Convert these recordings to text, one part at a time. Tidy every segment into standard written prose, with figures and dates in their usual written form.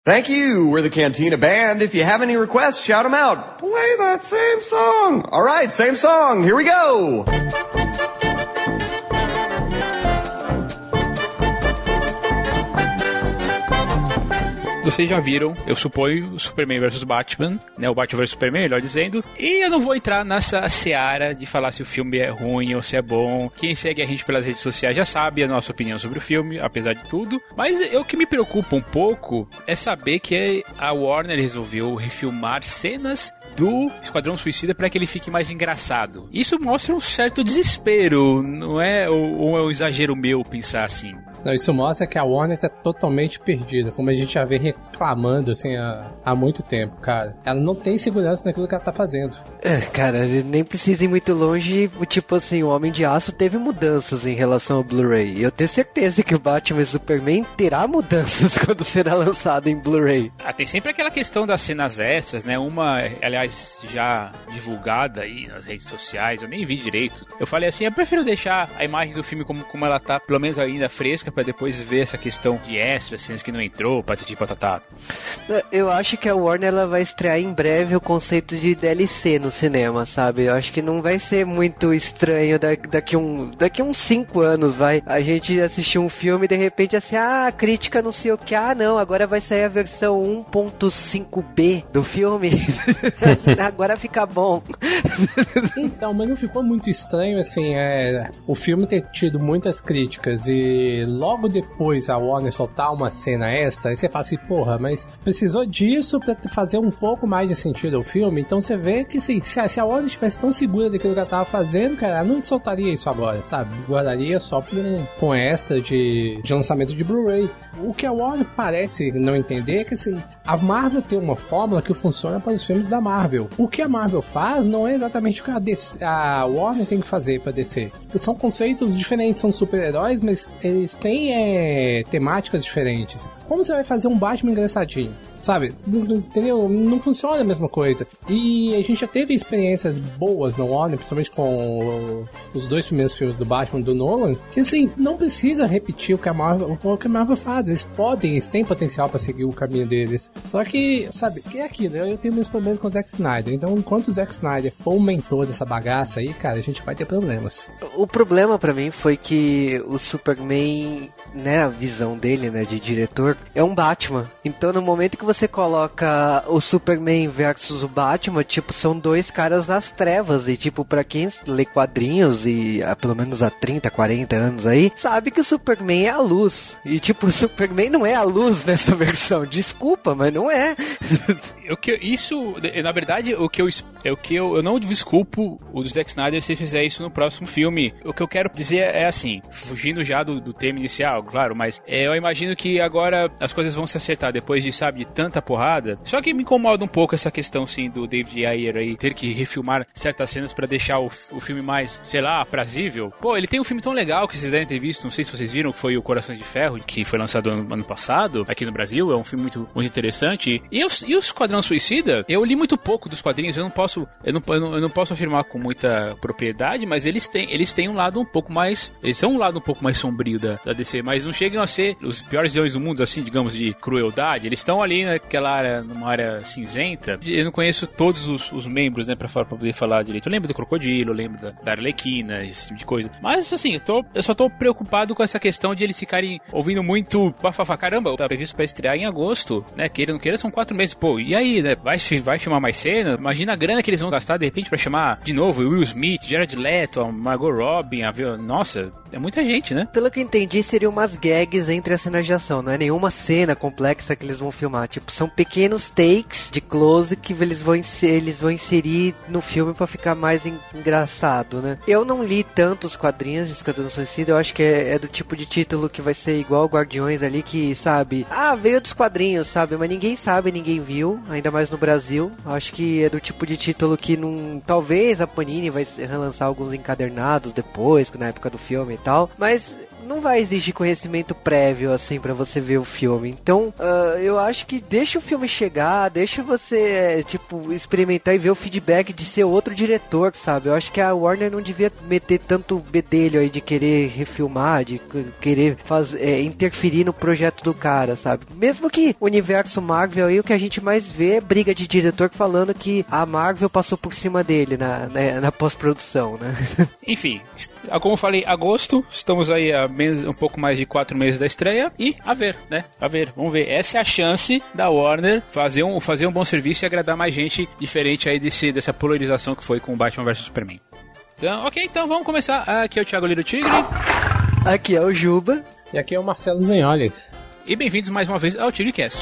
Thank you. We're the Cantina Band. If you have any requests, shout them out. Play that same song. All right, same song. Here we go. Vocês já viram, eu suponho, o Superman vs Batman, né? O Batman vs Superman, melhor dizendo. E eu não vou entrar nessa seara de falar se o filme é ruim ou se é bom. Quem segue a gente pelas redes sociais já sabe a nossa opinião sobre o filme, apesar de tudo. Mas o que me preocupa um pouco é saber que a Warner resolveu refilmar cenas do Esquadrão Suicida para que ele fique mais engraçado. Isso mostra um certo desespero, não é? Ou é um exagero meu pensar assim? Não, isso mostra que a Warner tá totalmente perdida, como a gente já vem reclamando assim há muito tempo, cara. Ela não tem segurança naquilo que ela tá fazendo. Cara, nem precisa ir muito longe, tipo assim, o Homem de Aço teve mudanças em relação ao Blu-ray. Eu tenho certeza que o Batman e Superman terá mudanças quando será lançado em Blu-ray. Tem sempre aquela questão das cenas extras, né? Uma, aliás, já divulgada aí nas redes sociais, eu nem vi direito. Eu falei assim, eu prefiro deixar a imagem do filme como ela tá, pelo menos ainda fresca, pra depois ver essa questão de extras, cenas que não entrou, patati patatá. Eu acho que a Warner ela vai estrear em breve o conceito de DLC no cinema, sabe? Eu acho que não vai ser muito estranho daqui uns 5 anos, vai. A gente assistir um filme e de repente assim, crítica não sei o que, não, agora vai sair a versão 1.5B do filme. Agora fica bom. Então, mas não ficou muito estranho, assim, o filme ter tido muitas críticas e logo depois a Warner soltar uma cena extra, aí você fala assim, porra, mas precisou disso pra fazer um pouco mais de sentido ao filme? Então você vê que se a Warner estivesse tão segura daquilo que ela tava fazendo, cara, ela não soltaria isso agora, sabe? Guardaria só com essa de lançamento de Blu-ray. O que a Warner parece não entender é que, assim, a Marvel tem uma fórmula que funciona para os filmes da Marvel. O que a Marvel faz não é exatamente o que a Warner tem que fazer para DC. São conceitos diferentes, são super-heróis, mas eles têm temáticas diferentes. Como você vai fazer um Batman engraçadinho? Sabe? Entendeu? Não funciona a mesma coisa. E a gente já teve experiências boas no Warner, principalmente com os 2 primeiros filmes do Batman do Nolan, que assim, não precisa repetir o que a Marvel faz. Eles têm potencial para seguir o caminho deles. Só que, sabe, que é aquilo, eu tenho meus problemas com o Zack Snyder. Então, enquanto o Zack Snyder for o mentor dessa bagaça aí, cara, a gente vai ter problemas. O problema pra mim foi que o Superman, né, a visão dele, né, de diretor, é um Batman. Então, no momento que você coloca o Superman versus o Batman, tipo, são 2 caras nas trevas. E, tipo, pra quem lê quadrinhos e pelo menos há 30, 40 anos aí, sabe que o Superman é a luz. E, tipo, o Superman não é a luz nessa versão. Desculpa, mas não é. Na verdade, eu não desculpo o Zack Snyder se fizer isso no próximo filme. O que eu quero dizer é assim, fugindo já do tema inicial, claro, mas eu imagino que agora as coisas vão se acertar depois de, sabe, de tanta porrada. Só que me incomoda um pouco essa questão, sim, do David Ayer aí ter que refilmar certas cenas pra deixar o filme mais, sei lá, aprazível. Pô, ele tem um filme tão legal que vocês devem ter visto, não sei se vocês viram, que foi o Corações de Ferro, que foi lançado ano passado, aqui no Brasil. É um filme muito, muito interessante. E o Esquadrão Suicida, eu li muito pouco dos quadrinhos, eu não posso afirmar com muita propriedade, mas eles têm um lado um pouco mais, eles são um lado um pouco mais sombrio da DC, mas não chegam a ser os piores vilões do mundo, assim, digamos, de crueldade. Eles estão ali naquela área, numa área cinzenta. Eu não conheço todos os membros, né, pra poder falar direito. Eu lembro do Crocodilo, eu lembro da Arlequina, esse tipo de coisa. Mas, assim, eu só tô preocupado com essa questão de eles ficarem ouvindo muito bafafá. Caramba, tá previsto pra estrear em agosto, né? Queira ou não queira, são 4 meses. Pô, e aí, né? Vai filmar mais cena? Imagina a grana que eles vão gastar, de repente, pra chamar de novo Will Smith, Jared Leto, a Margot Robbie, nossa, é muita gente, né? Pelo que eu entendi, seriam umas gags entre as cenas de ação, não é nenhuma cena complexa que eles vão filmar. Tipo, são pequenos takes de close que eles vão inserir no filme pra ficar mais engraçado, né? Eu não li tanto os quadrinhos de Esquadrão Suicida, eu acho que é do tipo de título que vai ser igual Guardiões ali, que, sabe, veio dos quadrinhos, sabe, mas ninguém sabe, ninguém viu, ainda mais no Brasil. Eu acho que é do tipo de título que não... Talvez a Panini vai relançar alguns encadernados depois, na época do filme e tal, mas não vai exigir conhecimento prévio, assim, pra você ver o filme. Então, eu acho que deixa o filme chegar, deixa você, experimentar e ver o feedback de ser outro diretor, sabe? Eu acho que a Warner não devia meter tanto bedelho aí de querer refilmar, de querer interferir no projeto do cara, sabe? Mesmo que o universo Marvel aí, o que a gente mais vê é briga de diretor falando que a Marvel passou por cima dele na pós-produção, né? Enfim, como eu falei, agosto, estamos aí a um pouco mais de 4 meses da estreia e a ver, né? A ver, vamos ver. Essa é a chance da Warner fazer um bom serviço e agradar mais gente, diferente aí dessa polarização que foi com o Batman vs Superman. Então, ok, então vamos começar. Aqui é o Thiago Liro Tigre. Aqui é o Juba. E aqui é o Marcelo Zagnoli. E bem-vindos mais uma vez ao TigreCast.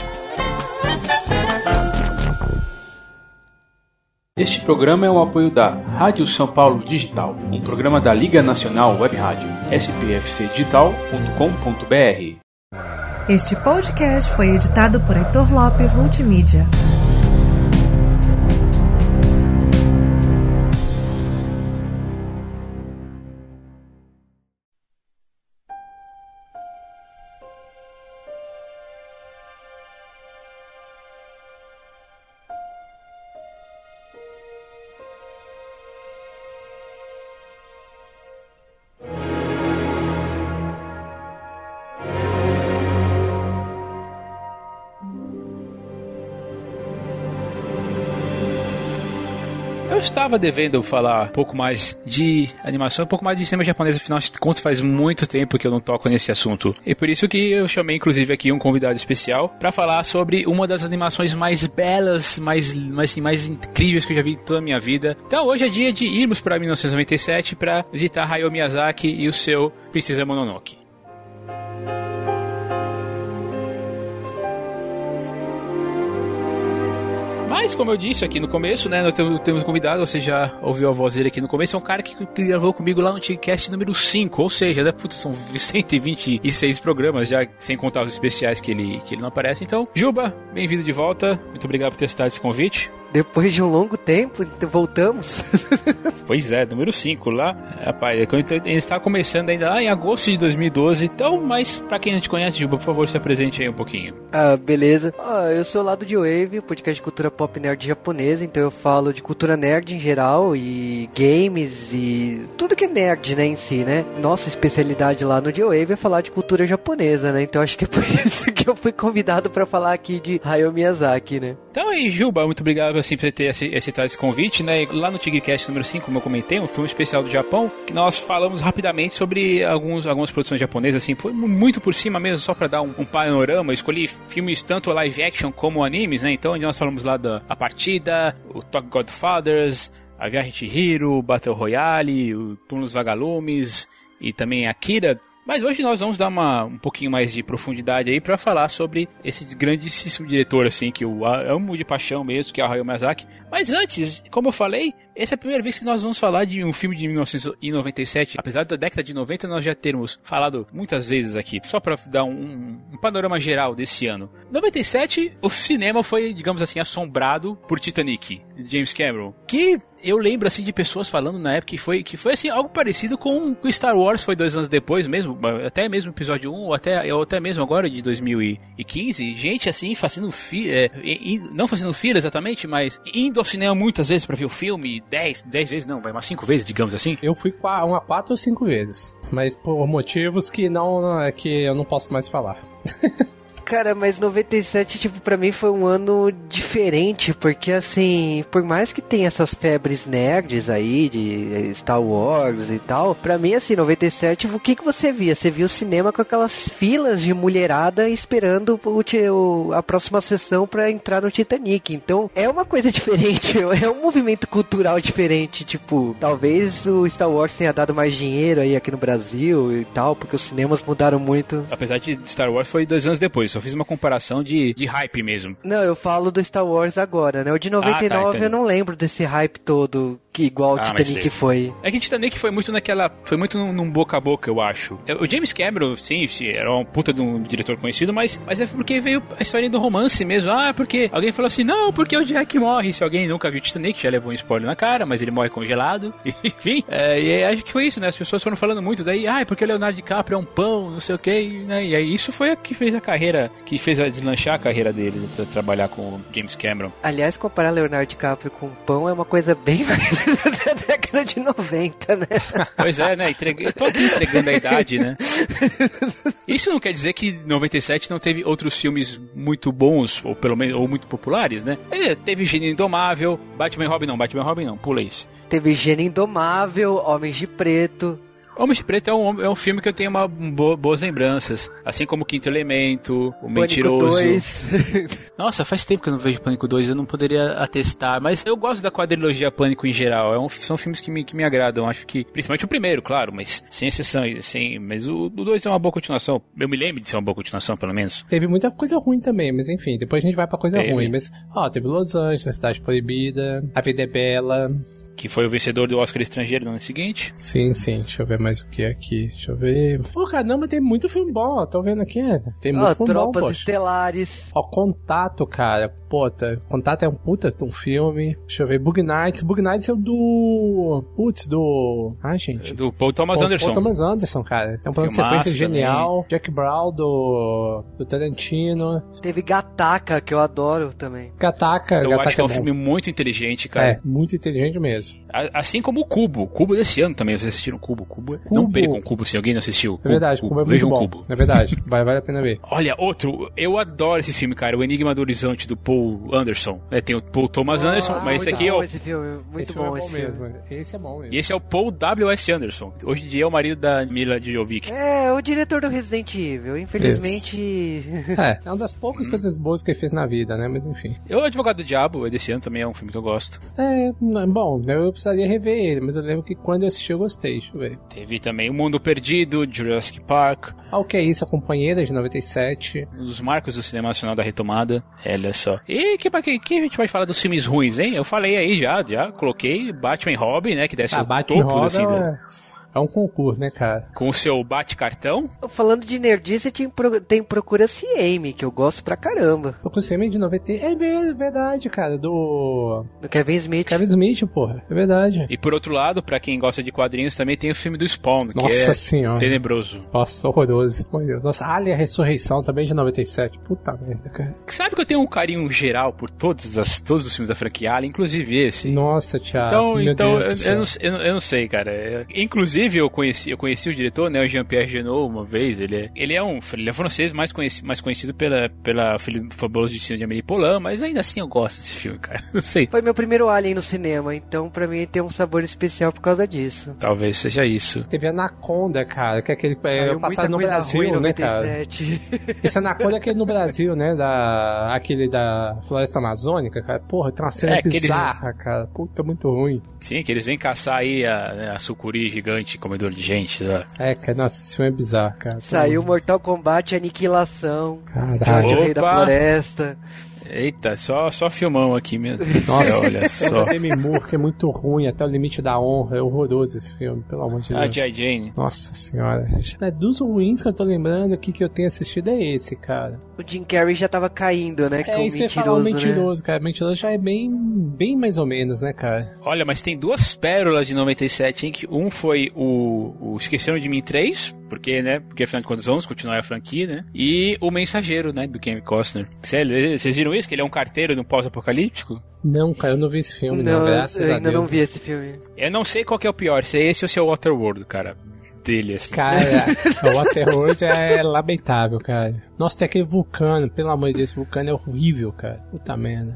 Este programa é um apoio da Rádio São Paulo Digital, um programa da Liga Nacional Web Rádio, spfcdigital.com.br. Este podcast foi editado por Heitor Lopes Multimídia. Eu estava devendo falar um pouco mais de animação, um pouco mais de cinema japonês, afinal de contas faz muito tempo que eu não toco nesse assunto. E por isso que eu chamei inclusive aqui um convidado especial para falar sobre uma das animações mais belas, mais incríveis que eu já vi em toda a minha vida. Então hoje é dia de irmos para 1997 para visitar Hayao Miyazaki e o seu Princesa Mononoke. Mas, como eu disse aqui no começo, né, nós temos um convidado, você já ouviu a voz dele aqui no começo, é um cara que gravou comigo lá no TigreCast número 5, ou seja, né, são 126 programas já, sem contar os especiais que ele não aparece. Então, Juba, bem-vindo de volta, muito obrigado por ter aceitado esse convite. Depois de um longo tempo, voltamos. Pois é, número 5 lá. Rapaz, ele está começando ainda lá em agosto de 2012. Então, mas pra quem não te conhece, Juba, por favor, se apresente aí um pouquinho. Beleza. Eu sou lá do J-Wave, podcast de cultura pop nerd japonesa. Então eu falo de cultura nerd em geral e games e tudo que é nerd, né, em si, né? Nossa especialidade lá no J-Wave é falar de cultura japonesa, né? Então acho que é por isso que eu fui convidado pra falar aqui de Hayao Miyazaki, né? Então aí, Juba, muito obrigado assim, por ter aceitado esse convite, né? Lá no TigreCast número 5, como eu comentei, um filme especial do Japão, que nós falamos rapidamente sobre algumas produções japonesas, assim, foi muito por cima mesmo, só pra dar um panorama. Eu escolhi filmes tanto live action como animes, né? Então, onde nós falamos lá da A Partida, o Tokyo Godfathers, A Viagem de Chihiro, o Battle Royale, o Túmulo dos Vagalumes e também Akira. Mas hoje nós vamos dar um pouquinho mais de profundidade aí pra falar sobre esse grandíssimo diretor, assim, que eu amo de paixão mesmo, que é o Hayao Miyazaki. Mas antes, como eu falei, essa é a primeira vez que nós vamos falar de um filme de 1997. Apesar da década de 90, nós já termos falado muitas vezes aqui. Só pra dar um panorama geral desse ano. Em 97, o cinema foi, digamos assim, assombrado por Titanic, de James Cameron. Que eu lembro, assim, de pessoas falando na época que foi assim, algo parecido com o Star Wars, foi 2 anos depois mesmo, até mesmo episódio 1, ou até mesmo agora, de 2015. Gente, assim, fazendo não fazendo fila exatamente, mas indo ao cinema muitas vezes pra ver o filme, 10 vezes, não, vai umas 5 vezes, digamos assim. Eu fui 4 ou 5 vezes, mas por motivos que que eu não posso mais falar. Cara, mas 97, pra mim foi um ano diferente, porque, assim, por mais que tenha essas febres nerds aí, de Star Wars e tal, pra mim, assim, 97, o que você via? Você via o cinema com aquelas filas de mulherada esperando a próxima sessão pra entrar no Titanic. Então, é uma coisa diferente, é um movimento cultural diferente, talvez o Star Wars tenha dado mais dinheiro aí aqui no Brasil e tal, porque os cinemas mudaram muito. Apesar de Star Wars foi 2 anos depois, eu fiz uma comparação de hype mesmo. Não, eu falo do Star Wars agora, né? O de 99 eu não lembro desse hype todo. igual o Titanic foi. É que Titanic foi muito num boca a boca, eu acho. O James Cameron, sim, era um puta de um diretor conhecido, mas é porque veio a história do romance mesmo. Porque alguém falou assim, não, porque o Jack morre. Se alguém nunca viu Titanic, já levou um spoiler na cara, mas ele morre congelado. Enfim, e acho que foi isso, né? As pessoas foram falando muito daí, porque o Leonardo DiCaprio é um pão, não sei o que, né? E aí isso foi o que fez a carreira, que fez deslanchar a carreira dele, né? Trabalhar com o James Cameron. Aliás, comparar Leonardo DiCaprio com pão é uma coisa bem mais da década de 90, né? Pois é, né? Eu tô aqui entregando a idade, né? Isso não quer dizer que em 97 não teve outros filmes muito bons, ou pelo menos, ou muito populares, né? Teve Gênio Indomável, Batman e Robin não, pula isso. Teve Gênio Indomável, Homens de Preto. Homens de Preto é um filme que eu tenho boas lembranças. Assim como o Quinto Elemento, o Pânico Mentiroso. 2. Nossa, faz tempo que eu não vejo Pânico 2, eu não poderia atestar. Mas eu gosto da quadrilogia Pânico em geral. São filmes que me agradam. Acho que, principalmente o primeiro, claro, mas sem exceção. Mas o 2 é uma boa continuação. Eu me lembro de ser uma boa continuação, pelo menos. Teve muita coisa ruim também, mas enfim, depois a gente vai pra coisa ruim. Mas, teve Los Angeles, A Cidade Proibida, A Vida é Bela. Que foi o vencedor do Oscar estrangeiro no ano seguinte. Sim. Deixa eu ver mais o que é aqui. Deixa eu ver. Pô, caramba, tem muito filme bom, ó. Tô vendo aqui. Tem muito filme bom, Tropas Estelares. Ó, Contato, cara. Pô, Contato é um puta de um filme. Deixa eu ver. Bug Nights. Bug Nights é o do... gente. Do Paul Thomas Anderson. Paul Thomas Anderson, cara. Tem um plano de sequência genial. Jack Brown do Tarantino. Teve Gattaca, que eu adoro também. Gattaca acho que é um bom. filme muito inteligente, cara. Muito inteligente mesmo. Assim como o Cubo. Cubo desse ano também. Vocês assistiram Cubo? Cubo. Não percam Cubo se alguém não assistiu. É verdade, Cubo é muito bom. Cubo. É verdade, vale a pena ver. Olha, outro, eu adoro esse filme, cara. O Enigma do Horizonte, do Paul Anderson. Tem o Paul Thomas Anderson, mas esse aqui é o... Esse filme, muito bom esse filme. Mesmo. Esse é bom mesmo. E esse é o Paul W.S. Anderson. Hoje em dia é o marido da Mila Jovovich. O diretor do Resident Evil. Infelizmente... É uma das poucas coisas boas que ele fez na vida, né? Mas enfim. O Advogado do Diabo, desse ano, também é um filme que eu gosto. Bom, eu precisaria rever ele, mas eu lembro que quando eu assisti eu gostei, deixa eu ver. Teve também O Mundo Perdido, Jurassic Park. O que é isso? A Companheira, de 97. Os marcos do cinema nacional da retomada. Olha só. E que a gente pode falar dos filmes ruins, hein? Eu falei aí já coloquei Batman e Robin, né? Que deve ser o topo assim, né? É um concurso, né, cara? Com o seu bate-cartão? Falando de nerdice, tem Procura-se Amy, que eu gosto pra caramba. Procura-se Amy de 90. É verdade, cara. Do Kevin Smith. Kevin Smith, porra. É verdade. E por outro lado, pra quem gosta de quadrinhos, também tem o filme do Spawn, Nossa que é senhora. tenebroso. Nossa, horroroso. Meu Deus. Nossa, Alien, a Ressurreição, também de 97. Puta merda, cara. Sabe que eu tenho um carinho geral por todos os filmes da franquia Alien, inclusive esse. Nossa, Thiago. Então eu não sei, cara. Inclusive, eu conheci o diretor, né, o Jean-Pierre Jeunet, uma vez. Ele é francês, mais conhecido pela Fabuloso Destino de Amélie Poulain, mas ainda assim eu gosto desse filme, cara. Não sei. Foi meu primeiro Alien no cinema, então pra mim tem um sabor especial por causa disso. Talvez seja isso. Teve Anaconda, cara, que é aquele passado no Brasil, ruim, né, cara? Esse Anaconda é aquele no Brasil, né, aquele da Floresta Amazônica, cara. Porra, tem uma cena bizarra, cara. Puta, muito ruim. Sim, que eles vêm caçar aí a sucuri gigante, comedor de gente. Né? Cara, nossa, esse filme é bizarro, cara. Saiu Mortal Kombat Aniquilação. Caralho. O Rei da Floresta. Eita, só filmão aqui mesmo. Nossa, olha só. Demi Moore, que é muito ruim, até o limite da honra. É horroroso esse filme, pelo amor de Deus. G.I. Jane. Nossa senhora. Dos ruins que eu tô lembrando aqui que eu tenho assistido é esse, cara. O Jim Carrey já tava caindo, né? É isso que eu ia falar, o Mentiroso, né? Cara. O Mentiroso já é bem mais ou menos, né, cara? Olha, mas tem duas pérolas de 97, hein? Que um foi o Esqueceram de Mim 3, porque afinal de contas vamos continuar a franquia, né? E o Mensageiro, né? Do Kevin Costner. Sério, vocês viram isso? Que ele é um carteiro no pós-apocalíptico? Não, cara, eu não vi esse filme, não, graças a Deus. Eu ainda não vi esse filme. Eu não sei qual que é o pior, se é esse ou se é o Waterworld, cara. Dele, assim. Cara, o Waterworld é lamentável, cara. Nossa, tem aquele vulcano, pelo amor de Deus, esse vulcano é horrível, cara. Puta merda.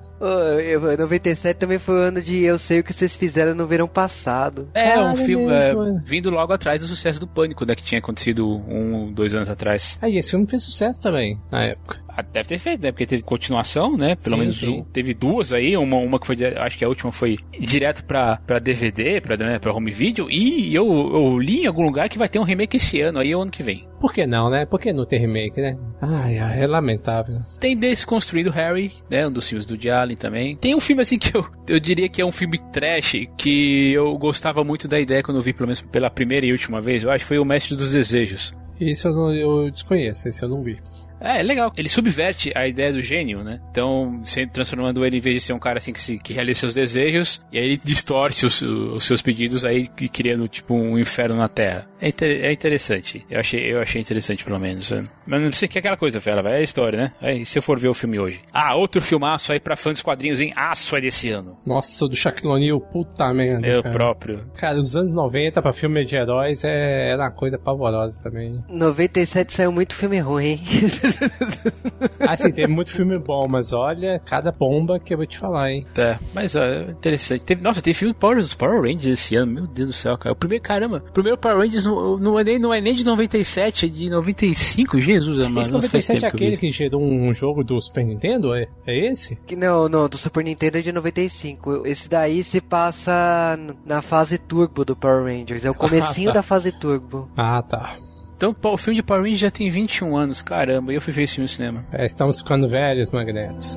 97 também foi o ano de Eu Sei O Que Vocês Fizeram no Verão Passado. Um filme vindo logo atrás do sucesso do Pânico, né, que tinha acontecido 2 anos atrás. Aí, esse filme fez sucesso também, na época. Deve ter feito, né? Porque teve continuação, né? Pelo menos teve duas aí. Uma que foi, acho que a última foi direto pra DVD, pra home video. E eu li em algum lugar que vai ter um remake esse ano, aí ano que vem. Por que não, né? Por que não ter remake, né? Ai, é lamentável. Tem Desconstruindo Harry, né? Um dos filmes do Woody Allen também. Tem um filme assim que eu diria que é um filme trash, que eu gostava muito da ideia quando eu vi, pelo menos pela primeira e última vez. Eu acho que foi O Mestre dos Desejos. Isso eu desconheço, esse eu não vi. É legal. Ele subverte a ideia do gênio, né? Então, transformando ele, em vez de ser um cara assim que realiza seus desejos, e aí ele distorce os seus pedidos, aí criando tipo um inferno na Terra. É interessante. Eu achei interessante, pelo menos. Mas não sei que é aquela coisa, fera, é a história, né? Aí, se eu for ver o filme hoje. Outro filmaço aí pra fã dos quadrinhos, hein? Aço é desse ano. Nossa, do Shaquille O'Neal, puta merda. Eu próprio. Cara, os anos 90 pra filme de heróis era uma coisa pavorosa também. 97 saiu muito filme ruim, hein? Assim, teve muito filme bom, mas olha, cada bomba que eu vou te falar, hein? Tá, mas interessante. Teve filme dos Power Rangers esse ano, meu Deus do céu, cara. O primeiro Power Rangers não é nem de 97, é de 95, Jesus amado. Esse 97 é aquele que gerou um jogo do Super Nintendo? É esse? Não, do Super Nintendo é de 95. Esse daí se passa na fase Turbo do Power Rangers, é o comecinho da fase Turbo. Ah, tá. Então, o filme de Power Rangers já tem 21 anos, caramba, e eu fui ver esse filme no cinema. Estamos ficando velhos, Magnetos.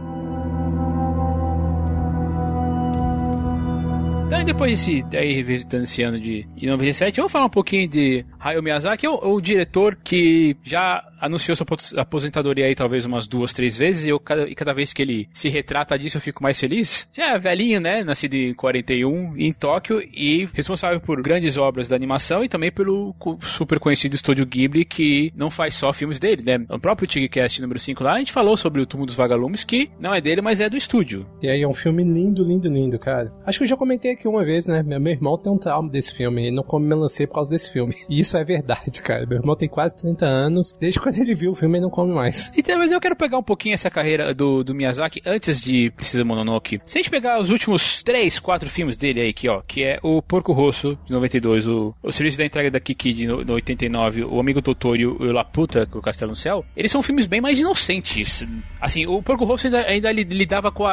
Então, depois revisitando esse ano de 97, vamos falar um pouquinho de Hayao Miyazaki, o diretor que já anunciou sua aposentadoria aí talvez umas 2, 3 vezes, e cada vez que ele se retrata disso eu fico mais feliz. Já é velhinho, né? Nascido em 41, em Tóquio, e responsável por grandes obras da animação e também pelo super conhecido Estúdio Ghibli, que não faz só filmes dele, né? No próprio TigCast número 5 lá, a gente falou sobre o Túmulo dos Vagalumes, que não é dele, mas é do estúdio. E aí é um filme lindo, lindo, lindo, cara. Acho que eu já comentei aqui uma vez, né? Meu irmão tem um trauma desse filme, ele não come melancia por causa desse filme. E isso é verdade, cara. Meu irmão tem quase 30 anos, desde quando ele viu o filme ele não come mais. Então, mas eu quero pegar um pouquinho essa carreira do Miyazaki antes de Princesa Mononoke. Se a gente pegar os últimos 3, 4 filmes dele aí aqui, ó, que é o Porco Rosso, de 92, o Serviço da Entrega da Kiki, de 89, o Amigo Totoro e o Laputa, o Castelo no Céu, eles são filmes bem mais inocentes. Assim, o Porco Rosso ainda lidava com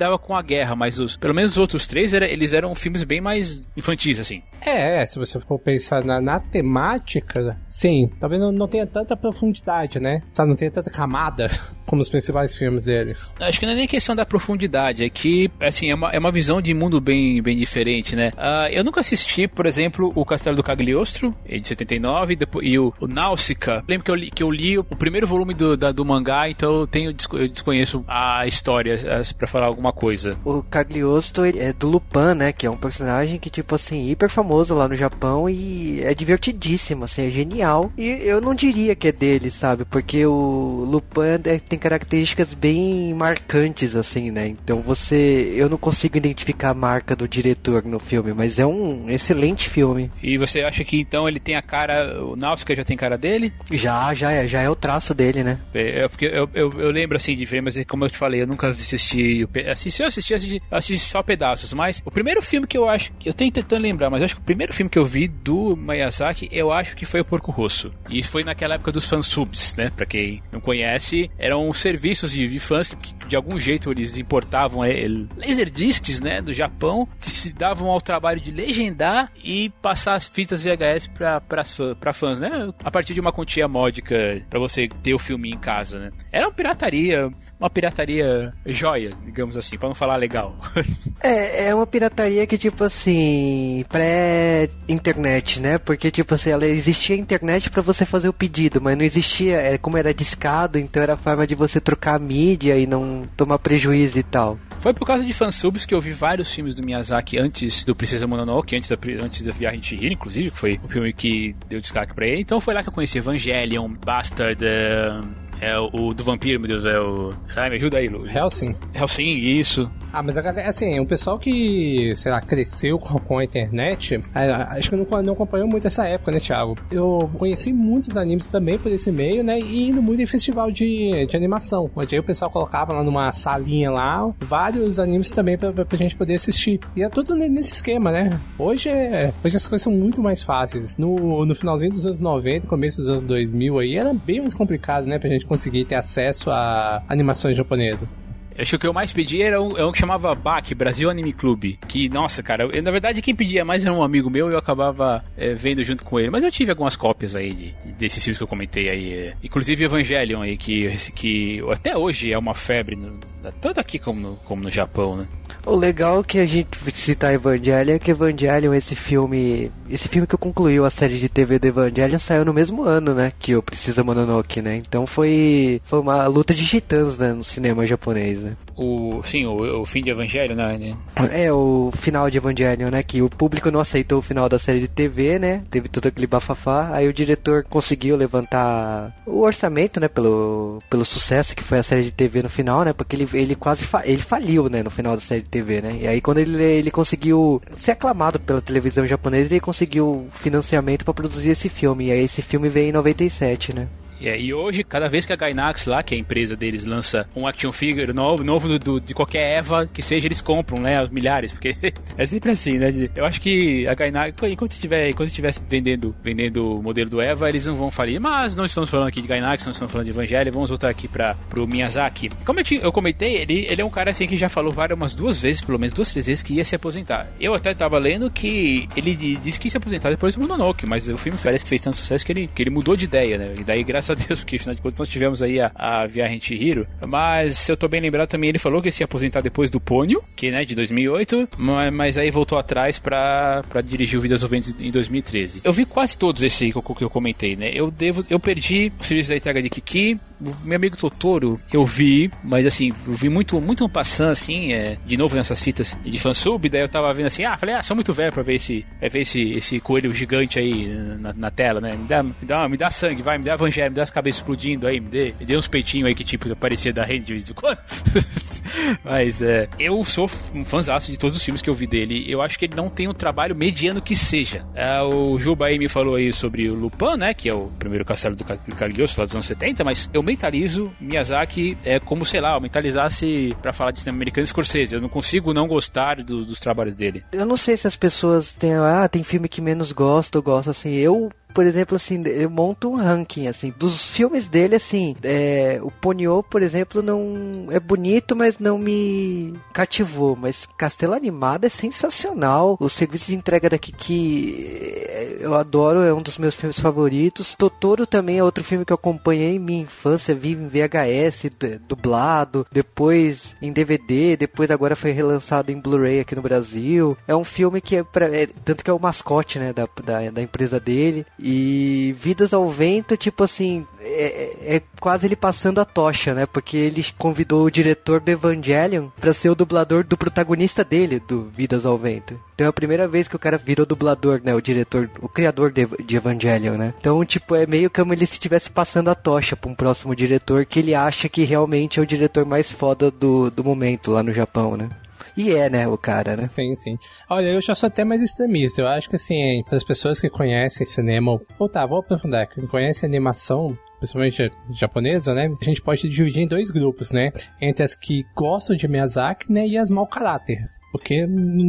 a guerra, mas pelo menos os outros 3, eles eram filmes bem mais infantis, assim. Se você for pensar na temática, sim, talvez não tenha tanta profundidade, né? Sabe, não tenha tanta camada como os principais filmes dele. Acho que não é nem questão da profundidade, é que, assim, é uma visão de mundo bem diferente, né? Eu nunca assisti, por exemplo, o Castelo do Cagliostro, de 79, e o Náusica. Lembro que eu li o primeiro volume do mangá, então eu desconheço a história pra falar alguma coisa. O Cagliostro é do Lupin, né? Que é um personagem que, tipo assim, hiper famoso lá no Japão e é divertidíssimo, assim, é genial. E eu não diria que é dele, sabe? Porque o Lupin tem características bem marcantes, assim, né? Então eu não consigo identificar a marca do diretor no filme, mas é um excelente filme. E você acha que, então, ele tem a cara... O Náusica já tem cara dele? Já é o traço dele, né? Porque eu lembro, assim, de ver, mas como eu te falei, eu nunca assisti... Assim, se eu assisti só pedaços, mas o primeiro filme que eu acho... Eu tenho tentando lembrar, mas eu acho que o primeiro filme que eu vi do Miyazaki, eu acho que foi o Porco Rosso. E foi naquela época dos fansubs, né? Pra quem não conhece, eram serviços de fãs que de algum jeito eles importavam laserdiscs, né? Do Japão, se davam ao trabalho de legendar e passar as fitas VHS pra fãs, né? A partir de uma quantia módica pra você ter o filme em casa, né? Era uma pirataria joia, digamos assim, pra não falar legal. É uma pirataria que, tipo assim, pré-internet, né? Porque, tipo assim, ela existia a internet pra você fazer o pedido, mas não existia, como era discado, então era a forma de você trocar a mídia e não tomar prejuízo e tal. Foi por causa de fansubs que eu vi vários filmes do Miyazaki antes do Princesa Mononoke, antes da Viagem de Chihiro, inclusive, que foi o filme que deu destaque pra ele. Então foi lá que eu conheci Evangelion, Bastard, o do vampiro, meu Deus, Ai, me ajuda aí, Lu. Hellsing, isso. Ah, mas a galera, assim, o pessoal que, sei lá, cresceu com a internet, acho que não acompanhou muito essa época, né, Thiago? Eu conheci muitos animes também por esse meio, né, e indo muito em festival de animação, onde aí o pessoal colocava lá numa salinha lá, vários animes também pra gente poder assistir. E é tudo nesse esquema, né? Hoje as coisas são muito mais fáceis. No finalzinho dos anos 90, começo dos anos 2000 aí, era bem mais complicado, né, pra gente conseguir ter acesso a animações japonesas. Acho que o que eu mais pedi era um que chamava BAC, Brasil Anime Club. Que, nossa, cara, na verdade quem pedia mais era um amigo meu e eu acabava vendo junto com ele. Mas eu tive algumas cópias aí desses filmes que eu comentei aí. Inclusive Evangelion aí, que até hoje é uma febre, tanto aqui como no Japão, né? O legal que a gente citar Evangelion é que Evangelion, esse filme que concluiu a série de TV do Evangelion, saiu no mesmo ano, né, que o Precisa Mononoke, né? Então foi uma luta de titãs, né, no cinema japonês, né? O fim de Evangelion, né? É, o final de Evangelion, né? Que o público não aceitou o final da série de TV, né? Teve todo aquele bafafá. Aí o diretor conseguiu levantar o orçamento, né? Pelo sucesso que foi a série de TV no final, né? Porque ele quase ele faliu, né? No final da série de TV, né? E aí quando ele conseguiu ser aclamado pela televisão japonesa, ele conseguiu financiamento pra produzir esse filme. E aí esse filme veio em 97, né? E hoje, cada vez que a Gainax lá, que é a empresa deles, lança um action figure novo de qualquer EVA que seja, eles compram, né, milhares, porque é sempre assim, né? Eu acho que a Gainax, enquanto estiver vendendo o modelo do EVA, eles não vão falir. Mas não estamos falando aqui de Gainax, não estamos falando de Evangelho, vamos voltar aqui pro Miyazaki. Como eu comentei, ele é um cara assim que já falou umas 2 vezes, pelo menos 2, 3 vezes, que ia se aposentar. Eu até tava lendo que ele disse que ia se aposentar depois do Mononoke, mas o filme parece que fez tanto sucesso que ele mudou de ideia, né? E daí, graças a Deus, porque afinal de contas nós tivemos aí a Viagem Chihiro. Mas se eu tô bem lembrado também, ele falou que ia se aposentar depois do Ponyo, que, né, de 2008, mas aí voltou atrás pra dirigir o Vidas ao Vento em 2013. Eu vi quase todos esses aí que eu comentei, né? Eu perdi o Serviço da Entrega de Kiki, o meu amigo Totoro eu vi, mas assim, eu vi muito um passant assim, de novo nessas fitas de fansub, daí eu tava vendo assim, falei, sou muito velho pra ver esse coelho gigante aí na tela, né? Me dá sangue, vai, me dá Evangelho, me dá as cabeças explodindo aí, me dê uns peitinhos aí que tipo parecia da Rede de vez em quando. Mas eu sou um fãzaço de todos os filmes que eu vi dele. Eu acho que ele não tem um trabalho mediano que seja. O Juba aí me falou aí sobre o Lupin, né, que é o primeiro castelo do Cagliostro lá dos anos 70, mas eu mentalizo Miyazaki como, sei lá, eu mentalizasse pra falar de cinema americano Scorsese. Eu não consigo não gostar dos trabalhos dele. Eu não sei se as pessoas tem filme que menos gosta ou gosta, assim, por exemplo, assim, eu monto um ranking, assim, dos filmes dele, assim, o Ponyo, por exemplo, não é bonito, mas não me cativou, mas Castelo Animado é sensacional, o Serviço de Entrega da Kiki eu adoro, é um dos meus filmes favoritos. Totoro também é outro filme que eu acompanhei em minha infância, vi em VHS, dublado, depois em DVD, depois agora foi relançado em Blu-ray aqui no Brasil. É um filme que tanto que é o mascote, né, da empresa dele. E Vidas ao Vento, tipo assim, é quase ele passando a tocha, né? Porque ele convidou o diretor do Evangelion pra ser o dublador do protagonista dele, do Vidas ao Vento. Então é a primeira vez que o cara virou dublador, né? O criador de Evangelion, né? Então, tipo, é meio como ele estivesse passando a tocha pra um próximo diretor que ele acha que realmente é o diretor mais foda do momento lá no Japão, né? E né, o cara, né? Sim, sim. Olha, eu já sou até mais extremista. Eu acho que, assim, para as pessoas que conhecem cinema... vou aprofundar. Que conhecem animação, principalmente japonesa, né? A gente pode dividir em 2 grupos, né? Entre as que gostam de Miyazaki, né? E as mau caráter. Porque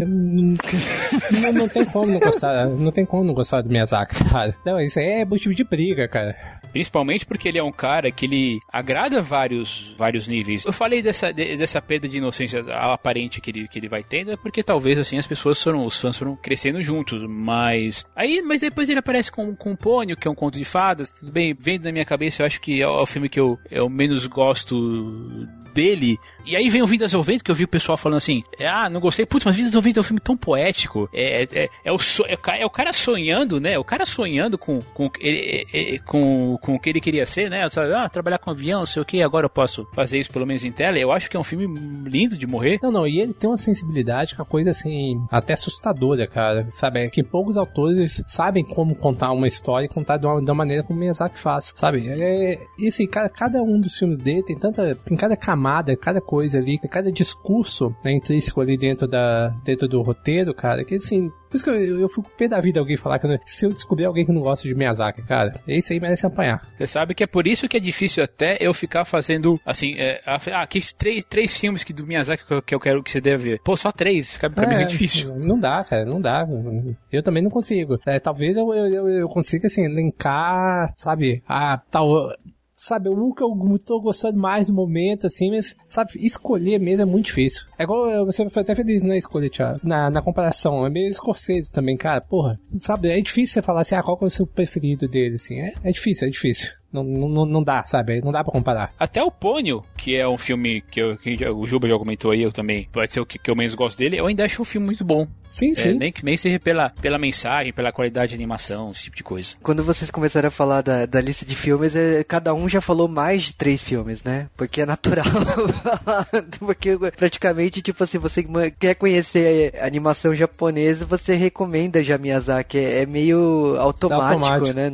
não tem como não gostar. Não tem como não gostar do Miyazaki, cara. Não, isso aí é motivo de briga, cara. Principalmente porque ele é um cara que ele agrada vários níveis. Eu falei dessa perda de inocência aparente que ele vai tendo, é porque talvez assim os fãs foram crescendo juntos, mas depois ele aparece com um Ponyo, que é um conto de fadas. Tudo bem, vendo na minha cabeça, eu acho que é o filme que eu menos gosto dele. E aí vem o Vidas ao Vento, que eu vi o pessoal falando assim, não gostei falei, putz, mas Vidas do Vento é um filme tão poético. É o cara sonhando, né? O cara sonhando com o que ele queria ser, né? Sabe? Trabalhar com avião, não sei o que, agora eu posso fazer isso pelo menos em tela. Eu acho que é um filme lindo de morrer. Não, e ele tem uma sensibilidade que é uma coisa assim, até assustadora, cara. Sabe? É que poucos autores sabem como contar uma história e contar da maneira como o Miyazaki faz, sabe? E assim, cada um dos filmes dele tem cada camada, cada coisa ali, tem cada discurso, né, intrínseco ali dentro do roteiro, cara, que assim, por isso que eu fico pé da vida alguém falar que se eu descobrir alguém que não gosta de Miyazaki, cara, esse aí merece apanhar. Você sabe que é por isso que é difícil até eu ficar fazendo, assim, aqui três filmes do Miyazaki que eu quero que você deve ver. Pô, só 3, fica pra mim é difícil. Não dá, cara, não dá. Eu também não consigo. Talvez eu consiga, assim, elencar, sabe, sabe, eu nunca tô gostando mais do momento, assim, mas, sabe, escolher mesmo é muito difícil. É igual, você foi até feliz na escolha, Thiago, na comparação, é meio Scorsese também, cara, porra, sabe, é difícil você falar assim, qual que é o seu preferido dele, assim, é difícil. Não dá, sabe? Não dá pra comparar. Até o Ponyo, que é um filme que o Juba já comentou aí, eu também, vai ser o que eu menos gosto dele, eu ainda acho um filme muito bom. Sim. Nem seja pela mensagem, pela qualidade de animação, esse tipo de coisa. Quando vocês começaram a falar da lista de filmes, cada um já falou mais de 3 filmes, né? Porque é natural falar, porque praticamente, tipo assim, você quer conhecer a animação japonesa, você recomenda já Miyazaki, é meio automático, né?